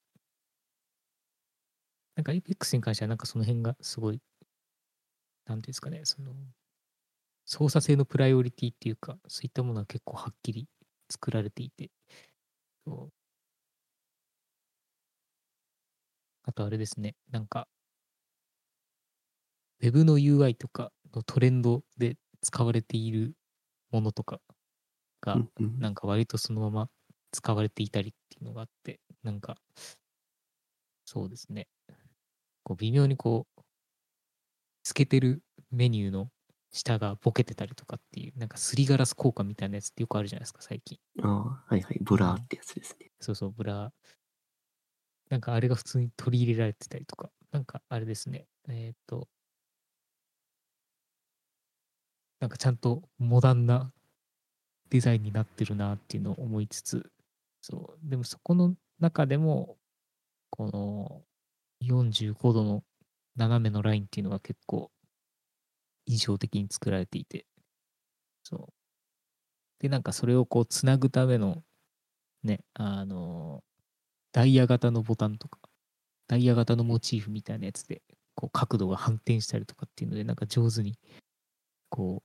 なんか Apex に関してはなんかその辺がすごい、なんていうんですかね、その操作性のプライオリティっていうか、そういったものは結構はっきり作られていて、そうあとあれですね、なんか Web の UI とかのトレンドで使われているものとかが、 うんうん。 なんか割とそのまま使われていたりっていうのがあって、なんかそうですね、こう微妙にこう、透けてるメニューの下がボケてたりとかっていう、なんかすりガラス効果みたいなやつってよくあるじゃないですか、最近。 はいはい。ブうん。 ラーってやつですね。 そうそう、ブラー。なんかあれが普通に取り入れられてたりとか、なんかあれですね。なんかちゃんとモダンなデザインになってるなっていうのを思いつつ、そう。でもそこの中でも、この45度の斜めのラインっていうのが結構印象的に作られていて、そう。で、なんかそれをこうつなぐためのね、ダイヤ型のボタンとか、ダイヤ型のモチーフみたいなやつで、こう角度が反転したりとかっていうので、なんか上手に、こ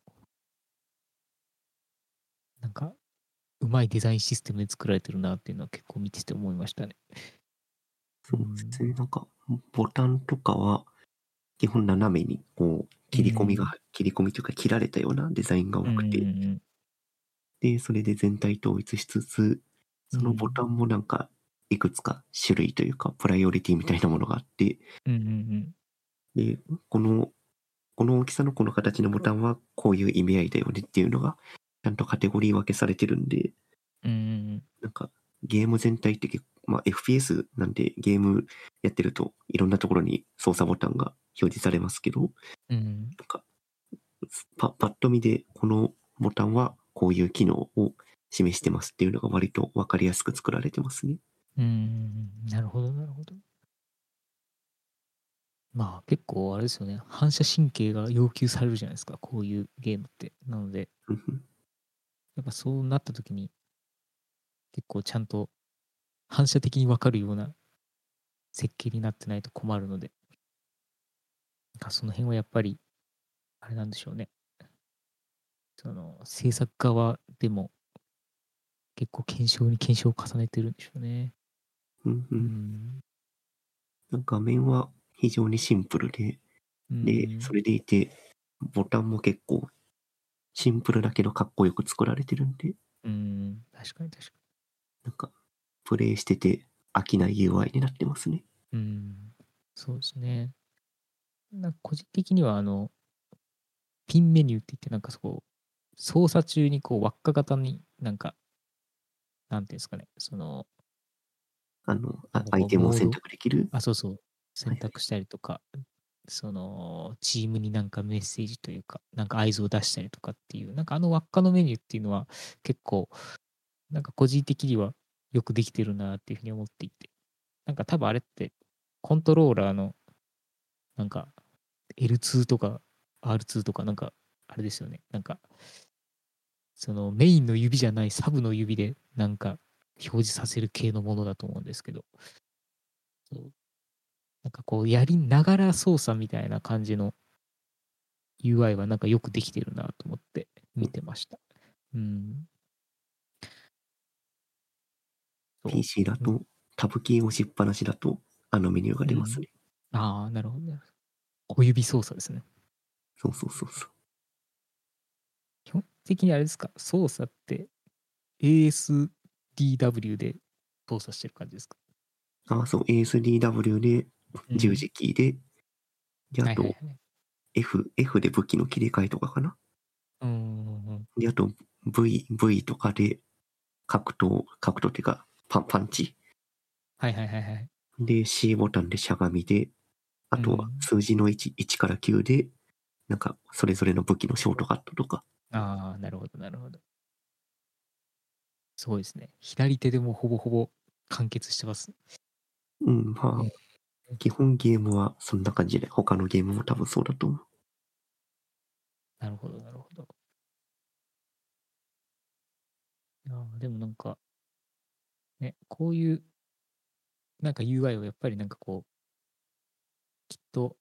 なんかうまいデザインシステムで作られてるなっていうのは結構見てて思いましたね。 そうですね。なんか、ボタンとかは、基本斜めに、こう、切り込みというか切られたようなデザインが多くて、で、それで全体統一しつつ、そのボタンもなんか、いくつか種類というか、プライオリティみたいなものがあって、で、この、この大きさのこの形のボタンはこういう意味合いだよねっていうのが、ちゃんとカテゴリー分けされてるんで、なんか、ゲーム全体ってまあ FPS なんでゲームやってるといろんなところに操作ボタンが表示されますけど、なんか、パッと見でこのボタンはこういう機能を示してますっていうのが割と分かりやすく作られてますね。 なるほど、なるほど。まあ結構あれですよね。反射神経が要求されるじゃないですか。こういうゲームって。なので、やっぱそうなった時に結構ちゃんと反射的にわかるような設計になってないと困るので、その辺はやっぱり、あれなんでしょうね。その制作側でも結構検証を重ねてるんでしょうね。 なんか画面は非常にシンプルで、それでいて、ボタンも結構シンプルだけどかっこよく作られてるんで、 確かに確かなんか、プレイしてて飽きない UI になってますね。 に。そうですね。なんか個人的にはピンメニューって言ってなんか操作中にこう輪っか型になんか、なんていうんですかね、なんかアイこうテムを選モード、 択できる。 そうそう、 はいはい。 選択したりとか、チームになんかメッセージというか、なんか合図を出したりとかっていう、なんか輪っかのメニューっていうのは結構、なんか個人的にはよくできてるなっていうふうに思っていて、なんか多分あれってコントローラーのなんか L2 とか R2 とかなんかあれですよね。なんかそのメインの指じゃないサブの指でなんか表示させる系のものだと思うんですけど、そうなんかこうやりながら操作みたいな感じの UI はなんかよくできてるなと思って見てました。うん。そ PC だう。 と、タブキー押しっぱなしだと、あのメニューがうん。 出ますね。 ああ、なるほどね。小指操作ですね。 そうそうそうそう。 基本的にあれですか、操作って ASDW で操作してる感じですか？ そう、ASDW で十うん。 字キーで、あとはいはいはい。 F で武器の切り替えとかかな。 うん。 で、あと V とかで格闘っていうか、パンチ。 はいはいはいはい。 で、C ボタンでしゃがみで、あとはうん。 数字の1から9で、なんか、それぞれの武器のショートカットとか。 ああ、なるほどなるほど。すごいですね。左手でもほぼほぼ完結してます。 うん、まあ、 え基本ゲームはそんな感じで、他のゲームも多分そうだと思う。 なるほどなるほど。いやでもなんか、ね、こういうなんか UI をやっぱりなんかこう、きっと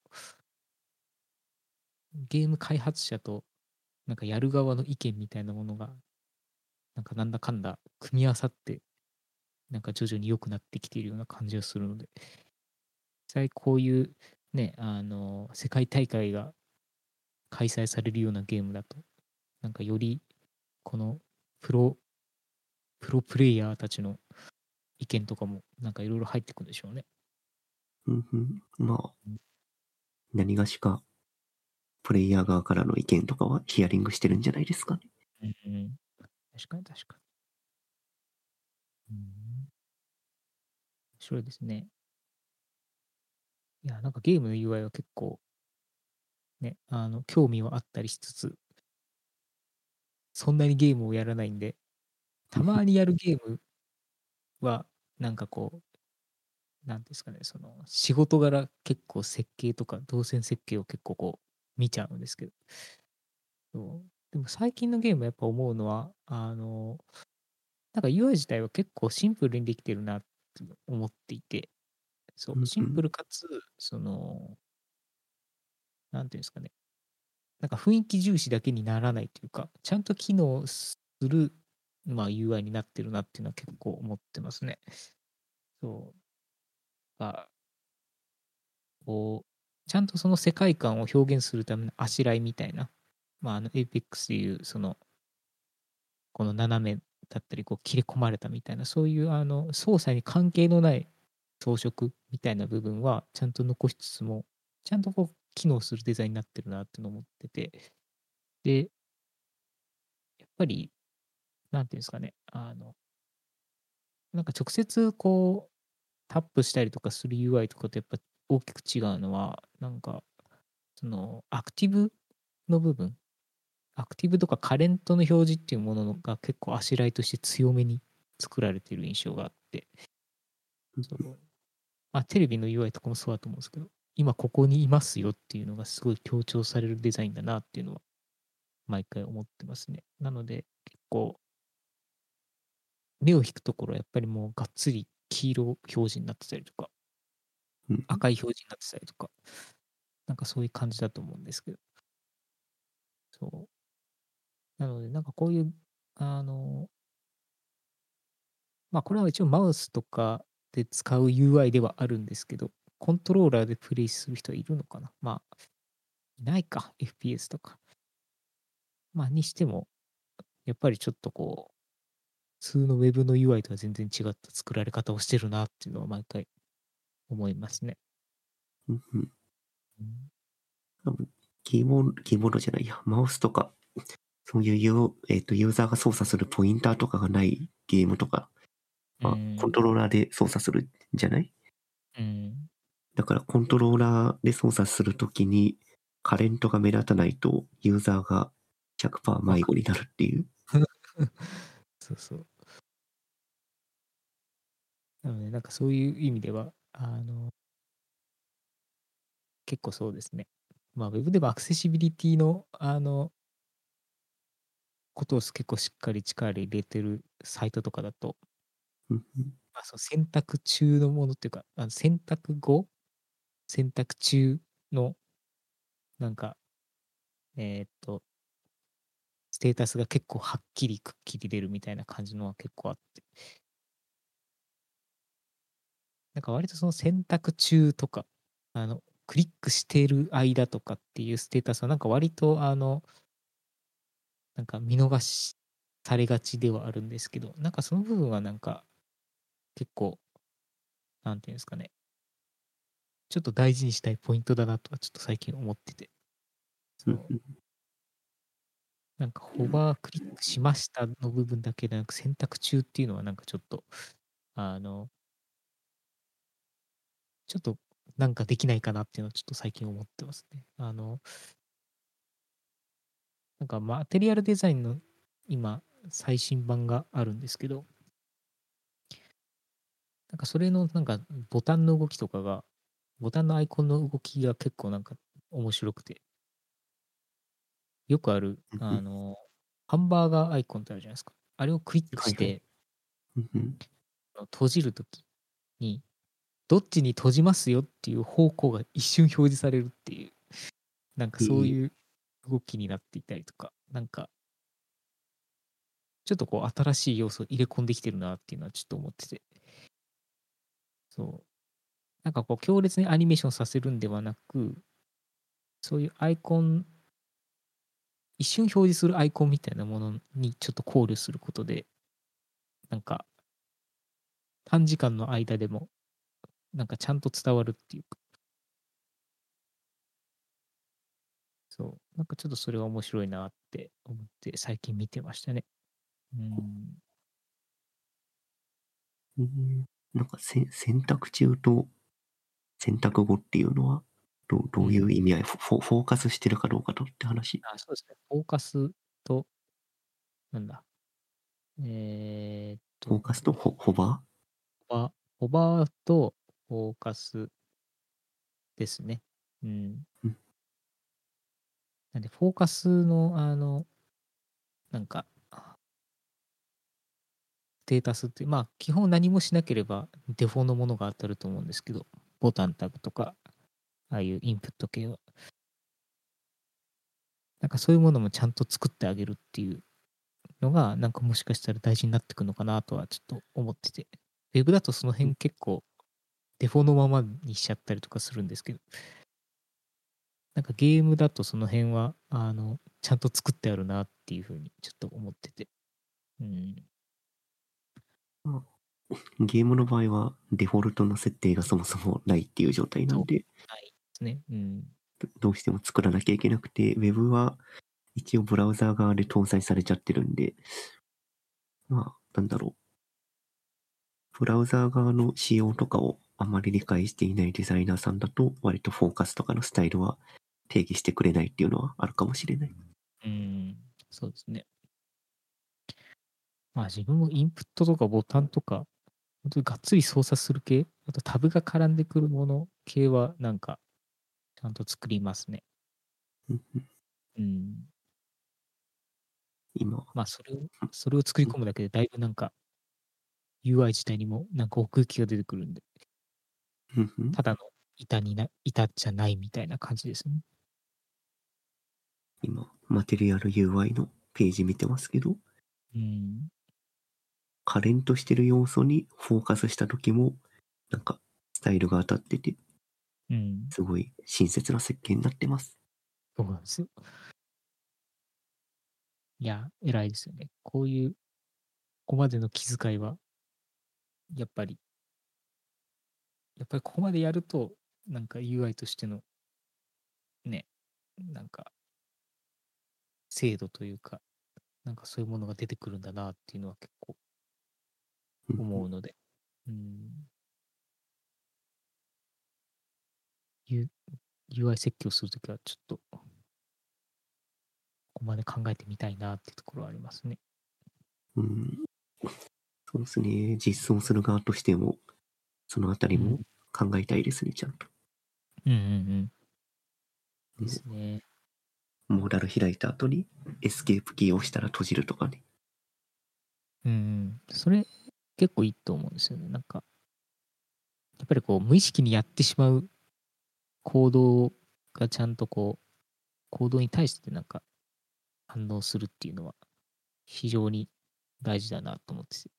ゲーム開発者となんかやる側の意見みたいなものが、なんかなんだかんだ組み合わさって、なんか徐々に良くなってきているような感じがするので、実際こういうね、世界大会が開催されるようなゲームだと、なんかよりこのプロ、プロプレイヤーたちの意見とかもなんかいろいろ入ってくるんでしょうね。 うんうん。まあ、 うん何がしか、プレイヤー側からの意見とかはヒアリングしてるんじゃないですかね。 うん、確かに確かに。面白いですね。いや、なんかゲームの UI は結構ね、興味はあったりしつつ、そんなにゲームをやらないんで、たまにやるゲームは、なんかこなんですかね、仕事柄結構設計とか動線設計を結構こう見ちゃうんですけど、でも最近のゲームやっぱ思うのは、なんか UI 自体は結構シンプルにできてるなって思っていて、そう、シンプうんうん。 ルかつ、なんていうんですかね、なんか雰囲気重視だけにならないというか、ちゃんと機能する、まあ、UI になってるなっていうのは結構思ってますね。そう。 かこうちゃんとその世界観を表現するためのあしらいみたいな、APEX でいうそのこの斜めだったりこう切れ込まれたみたいな、そういう操作に関係のない装飾みたいな部分はちゃんと残しつつも、ちゃんとこう機能するデザインになってるなってのを思ってて、でやっぱりなんていうんですかね、なんか直接こうタップしたりとかする UI とかとやっぱ大きく違うのは、なんかそのアクティブの部分、アクティブとかカレントの表示っていうものが結構あしらいとして強めに作られている印象があって、そう、テレビの UI とかもそうだと思うんですけど、今ここにいますよっていうのがすごい強調されるデザインだなっていうのは毎回思ってますね。なので結構目を引くところはやっぱりもうがっつり黄色表示になってたりとか、 うん。 赤い表示になってたりとか、なんかそういう感じだと思うんですけど、そう。なのでなんかこういう、あの、これは一応マウスとかで使う UI ではあるんですけど、コントローラーでプレイする人はいるのかな、いないか、FPS とか。にしても、やっぱりちょっとこう、普通の Web の UI とは全然違った作られ方をしてるなっていうのは毎回思いますね。 うんうん。 うん。 多分キーボードじゃないや、マウスとか、そういうユーザーが操作するポインターとかがないゲームとか、 うコンん。 トローラーで操作するんじゃない？ うん。 だからコントローラーで操作するときに、カレントが目立たないと、ユーザーが100% わかる。 迷子になるっていう。 そうそう。なので、なんかそういう意味では、結構そうですね。Web でもアクセシビリティの、ことを結構しっかり力入れてるサイトとかだと、 うんうん。 その選択中のものっていうか、選択後、選択中の、なんか、ステータスが結構はっきりくっきり出るみたいな感じのは結構あって、なんか割とその選択中とか、クリックしている間とかっていうステータスはなんか割となんか見逃しされがちではあるんですけど、なんかその部分はなんか結構、なんていうんですかね、ちょっと大事にしたいポイントだなとはちょっと最近思ってて、そう、 うんうん。 なんかホバークリックしましたの部分だけでなく選択中っていうのはなんかちょっと、あの、ちょっとなんかできないかなっていうのはちょっと最近思ってますね。なんかマテリアルデザインの今最新版があるんですけど、なんかそれのなんかボタンの動きとかが、ボタンのアイコンの動きが結構なんか面白くて、よくある、 うんうん。 ハンバーガーアイコンってあるじゃないですか。あれをクリックはいはい。 して、 うんうん。 閉じるときに、どっちに閉じますよっていう方向が一瞬表示されるっていう、なんかそういい。 いう動きになっていたりとか、なんか、ちょっとこう新しい要素を入れ込んできてるなっていうのはちょっと思ってて、そう。なんかこう強烈にアニメーションさせるんではなく、そういうアイコン、一瞬表示するアイコンみたいなものにちょっと考慮することで、なんか短時間の間でも、なんかちゃんと伝わるっていうか、そう、なんかちょっとそれは面白いなって思って最近見てましたね。うん。 なんか選択中と選択後っていうのは、どういうん。 う意味合い、フォーカスしてるかどうかとって話。 そうですね。フォーカスと、なんだ、なんだっけ、 フォーカスとホバホバーとフォーカスですね。うん。 ー。うん。 なんで、フォーカスの、なんか、ステータスって、基本何もしなければデフォのものが当たると思うんですけど、ボタンタグとか、ああいうインプット系は。なんかそういうものもちゃんと作ってあげるっていうのが、なんかもしかしたら大事になってくるのかなとはちょっと思ってて。ウェブだとそのうん。 辺結構デフォのままにしちゃったりとかするんですけど、なんかゲームだとその辺は、ちゃんと作ってあるなっていうふうにちょっと思ってて。うん。 まあゲームの場合はデフォルトの設定がそもそもないっていう状態なそう。 んで、 ないですね。うん。 どうしても作らなきゃいけなくて、Web は一応ブラウザー側で搭載されちゃってるんで、まあ、なんだろう。ブラウザー側の仕様とかをあまり理解していないデザイナーさんだと、割とフォーカスとかのスタイルは定義してくれないっていうのはあるかもしれない。 うん。そうですね。まあ自分もインプットとかボタンとか、本当にがっつり操作する系、あとタブが絡んでくるもの系はなんかちゃんと作りますね。 うんうんうん。 今、 まあそれを作り込むだけでだいぶなんか UI 自体にもなんか奥行きが出てくるんで、 うんうんただの板じゃないみたいな感じですね。 今、マテリアル UI のページ見てますけど、 うん。 カレントしてる要素にフォーカスした時も、なんか、スタイルが当たってて、 うん。 すごい親切な設計になってます。 そうなんですよ。いや、偉いですよね。ここまでの気遣いは、やっぱり、ここまでやると、なんか UI としてのね、なんか精度というか、なんかそういうものが出てくるんだなっていうのは結構うんうん思うので、うん、U- UI 設計をするときはちょっとここまで考えてみたいなっていうところはありますね。 うん、そうですね。実装する側としても、そのあたりもうん。 考えたいですね、ちゃんと。 うんうんうん。でもすね。 うモーダル開いた後にエスケープキーを押したら閉じるとかね。 うんうん。それ結構いいと思うんですよね。なんか、やっぱりこう無意識にやってしまう行動がちゃんとこう、行動に対してなんか反応するっていうのは非常に大事だなと思ってて。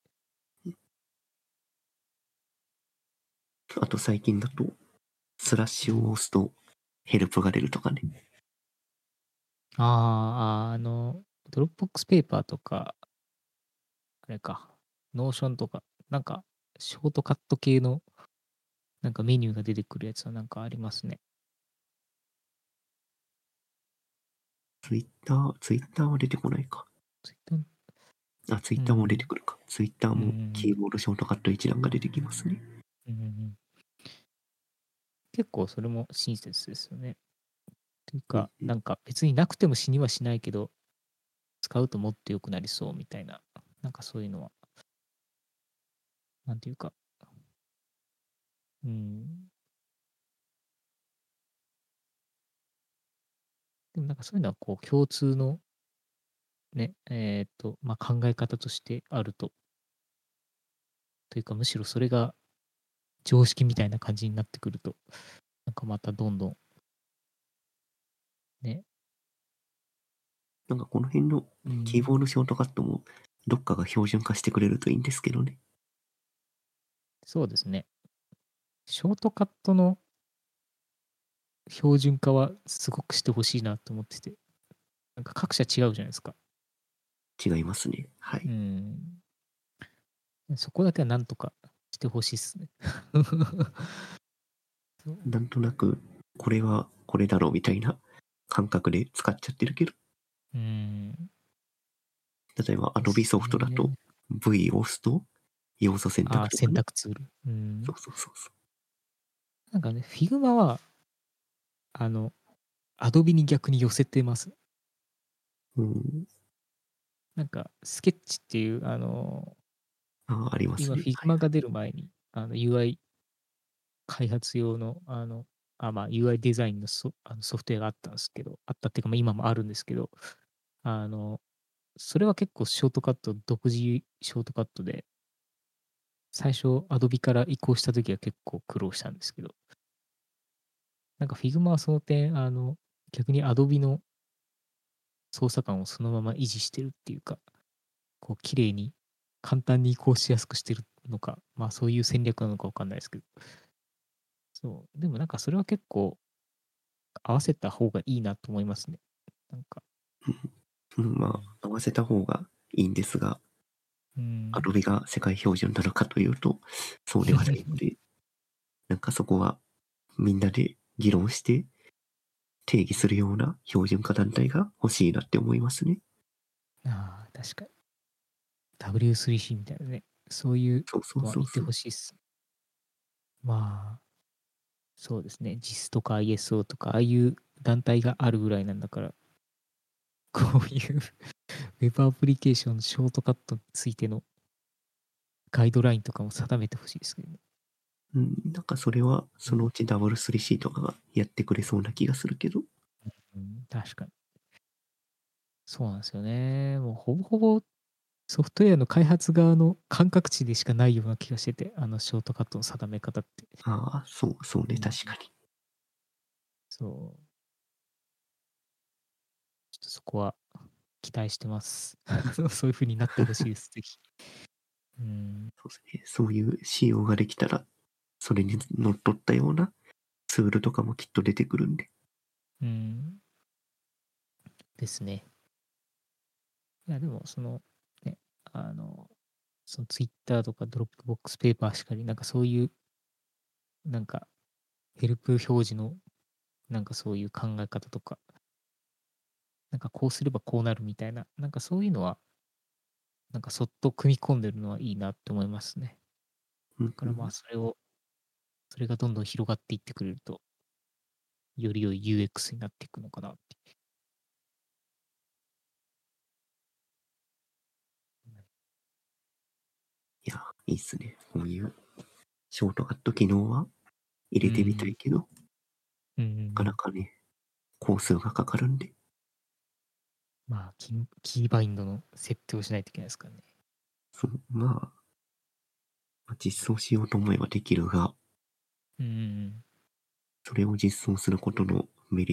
あと最近だと、スラッシュを押すとヘルプが出るとかね。 ドロップボックスペーパーとか、あれか、ノーションとか、なんか、ショートカット系の、なんかメニューが出てくるやつはなんかありますね。 ツイッターは出てこないか。 ツイッター、 あ、ツイッターも出てうん、 くるか。ツイッターうん、うもキん、 ーボードショートカット一覧が出てきますね。 うん、うん。結構それも親切ですよね。というか、 うんうん。 なんか別になくても死にはしないけど、使うともっと良くなりそうみたいな、なんかそういうのは、なんていうか、うん。でもなんかそういうのはこう共通のね、まあ、考え方としてあると、というかむしろそれが常識みたいな感じになってくると、なんかまたどんどんね、 なんかこの辺のうん、 キーボードショートカットもどっかが標準化してくれるといいんですけどね。 そうですね。ショートカットの標準化はすごくしてほしいなと思ってて、なんか各社違うじゃないですか。 違いますね。はうい。 ん。そこだけはなんとかしてほしいっすね。そう。 なんとなく、これはこれだろうみたいな感覚で使っちゃってるけど、 うん。 例えばです Adobe ソフトだとね。 V を押すと要素選ああ、選択とかね。 択ツール。うん。 そうそうそうそなんかね、Figma は、あの、Adobe に逆に寄せてます。 う。うん。 なんか、スケッチっていう、 ああ、あります今、 ね。はい Figma はい。 が出る前に、UI 開発用の、まあ、UI デザインのソフトウェアがあったんですけど、あったっていうか、まあ、今もあるんですけど、あの、それは結構ショートカット、独自ショートカットで、最初 Adobe から移行した時は結構苦労したんですけど、なんか Figma はその点、逆に Adobe の操作感をそのまま維持してるっていうか、こう、綺麗に、簡単に移行しやすくしてるのか、まあそういう戦略なのかわかんないですけど、 そう。でもなんかそれは結構合わせた方がいいなと思いますね。なんか。 まあ、合わせた方がいいんですが、 うん。 Adobe が世界標準なのかというと、そうではないので、なんかそこはみんなで議論して定義するような標準化団体が欲しいなって思いますね。 ああ、確かに。W3C みたいなね。そういうそうそうのはいてそうそう。 ほしいっす。まあ、そうですね。JIS とか ISO とか、ああいう団体があるぐらいなんだから、こういうウェブアプリケーションのショートカットについてのガイドラインとかも定めてほしいですけどね。 うん、なんかそれはそのうち W3C とかがやってくれそうな気がするけど、 うん、確かに。そうなんですよね。もうほぼほぼソフトウェアの開発側の感覚値でしかないような気がしてて、あのショートカットの定め方って。 ああ、そうそうね、 うん、 確かに。 そう。ちょっとそこは期待してます。そういう風になってほしいです、ぜひ。うん。 そうですね。そういう仕様ができたら、それにのっとったようなツールとかもきっと出てくるんで。 うん。ですね。いや、でも、ね、あの、そのツイッターとかドロップボックスペーパーしかり、なんかそういう、なんか、ヘルプ表示の、なんかそういう考え方とか、なんかこうすればこうなるみたいな、なんかそういうのは、なんかそっと組み込んでるのはいいなって思いますね。 うんうん、 だからまあ、それがどんどん広がっていってくれると、より良い UX になっていくのかなって。 いや、いいっすね。こういうショートカット機能は入れてみたうん。 いけど、 うんうんうなかなん。 かね、工数がかかるんで。 まあ、キーバインドの設定をしないといけないですからね。 そう、実装しようと思えばできるが、 うんうんそれを実装することの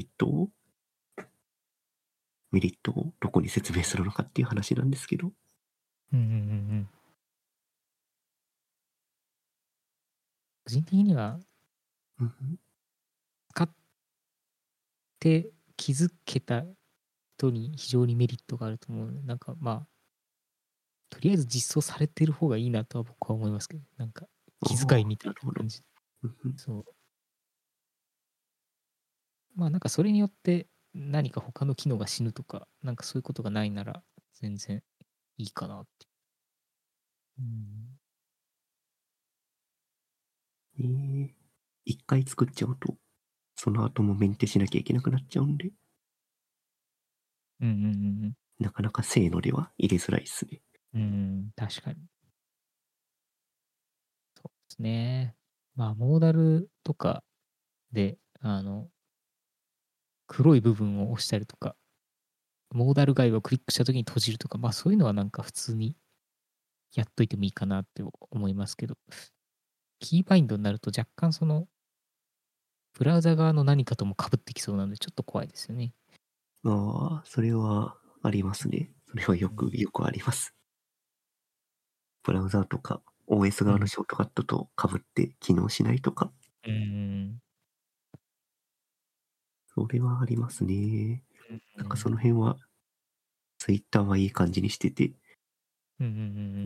メリットをどこに説明するのかっていう話なんですけど。 うん。うんうんうんうん。個人的には、 うん、 使って気づけた人に非常にメリットがあると思うので、なんかまあ、とりあえず実装されてる方がいいなとは僕は思いますけど、なんか気遣いああ、 みたいなるほど。 な感じで。 うんうん、 そう。まあなんかそれによって何か他の機能が死ぬとか、なんかそういうことがないなら全然いいかなって。うん。 一回作っちゃうと、その後もメンテしなきゃいけなくなっちゃうんで、 うんうんなかなかせーのでは入れづらいっすね。 うんうん。うん、確かに。そうですね。まあモーダルとかで、黒い部分を押したりとか、モーダル外をクリックしたときに閉じるとか、まあそういうのはなんか普通にやっといてもいいかなって思いますけど、キーバインドになると若干ブラウザ側の何かとも被ってきそうなので、ちょっと怖いですよね。 ああ、それはありますね。それはうん。 よくあります。ブラウザーとか OS うん。 側のショートカットと被って機能しないとか、 うん。 それはありますね。なんかそうん。 の辺は Twitter はいい感じにしてて、 うん。うん。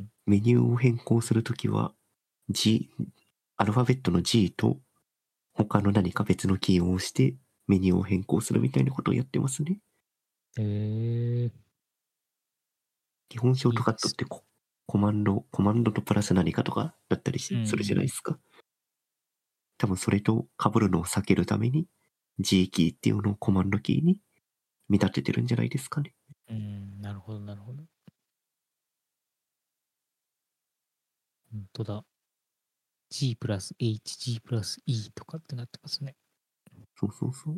メニューを変更するときは G、アルファベットの G と他の何か別のキーを押してメニューを変更するみたいなことをやってますね。 へえ、 基本ショートいいです。 カットってコマンドとプラス何かとかだったりうするじゃないでん。 すか。多分それと被るのを避けるために G キーっていうのをコマンドキーに見立ててるんじゃないですかね。 うん。なるほど、なるほど。本当だ。G プラス H、G プラス E とかってなってますね。 そうそうそう。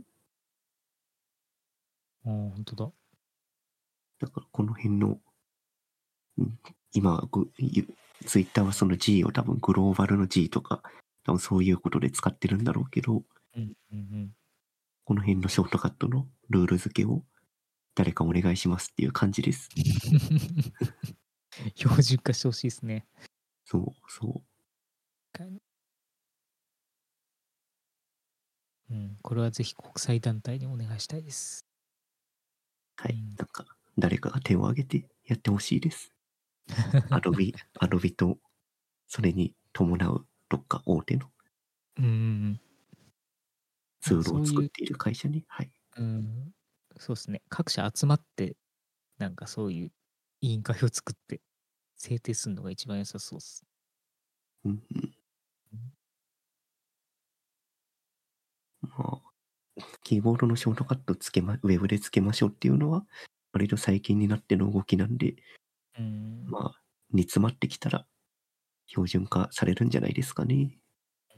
ああ、本当だ。 だからこの辺の、うん、今、ツイッターはその G を多分グローバルの G とか、多分そういうことで使ってるんだろうけど、 うん。うん。 この辺のショートカットのルール付けを誰かお願いしますっていう感じです。 標準化してほしいですね。 そうそう。 うん、これはぜひ国際団体にお願いしたいです。 はい。 うん。 なんか、誰かが手を挙げてやってほしいです。アドビと、それに伴うどっか大手のうんうんうん。 ツールをそういう、 作っている会社に、はい。 うん、そうですね。各社集まって、なんかそういう委員会を作って制定するのが一番良さそうです。 うんうん。 うん。 まあ、キーボードのショートカットウェブでつけましょうっていうのは、割と最近になっての動きなんで、 うん。 まあ、煮詰まってきたら標準化されるんじゃないですかね。 うん。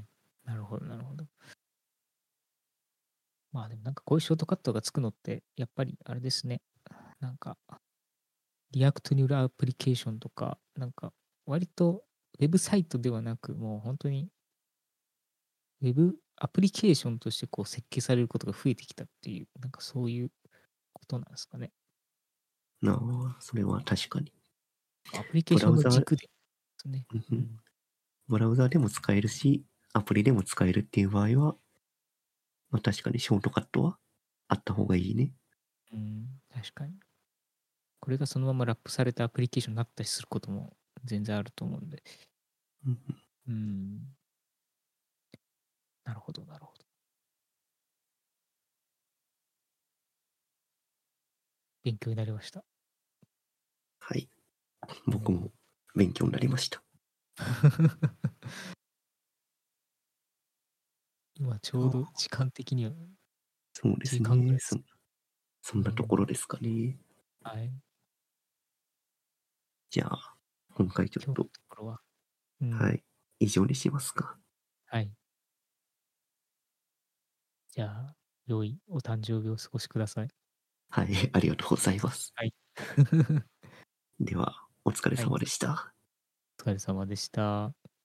なるほど、なるほど。まあでもなんかこういうショートカットがつくのって、やっぱりあれですね。なんか、リアクトによるアプリケーションとか、なんか割とウェブサイトではなく、もう本当にウェブアプリケーションとしてこう設計されることが増えてきたっていう、なんかそういうことなんですかね。 なあ、それは確かに。 アプリケーションブラウザー、 の軸でですね。 うんうん、 うん。 ブラウザーでも使えるし、アプリでも使えるっていう場合は、まあ確かにショートカットはあった方がいいね。 うん、確かに。これがそのままラップされたアプリケーションになったりすることも全然あると思うんで。 うんうん、 うん。なるほど、なるほど。勉強になりました。 はい。 うん。 僕も勉強になりました。 今ちょうど時間的にはそうで 1 すね。 時間ぐらいです。 そんなとこうん。 ろですかね。 はい。 じゃあ、今回ちょっ今日のと、 ところは。うん。 はい、以上にしますか。 はい。じゃあ、良いお誕生日をお過ごしください。 はい、ありがとうございます。 はい。 では、お疲れはい。 様でした。 お疲れ様でした。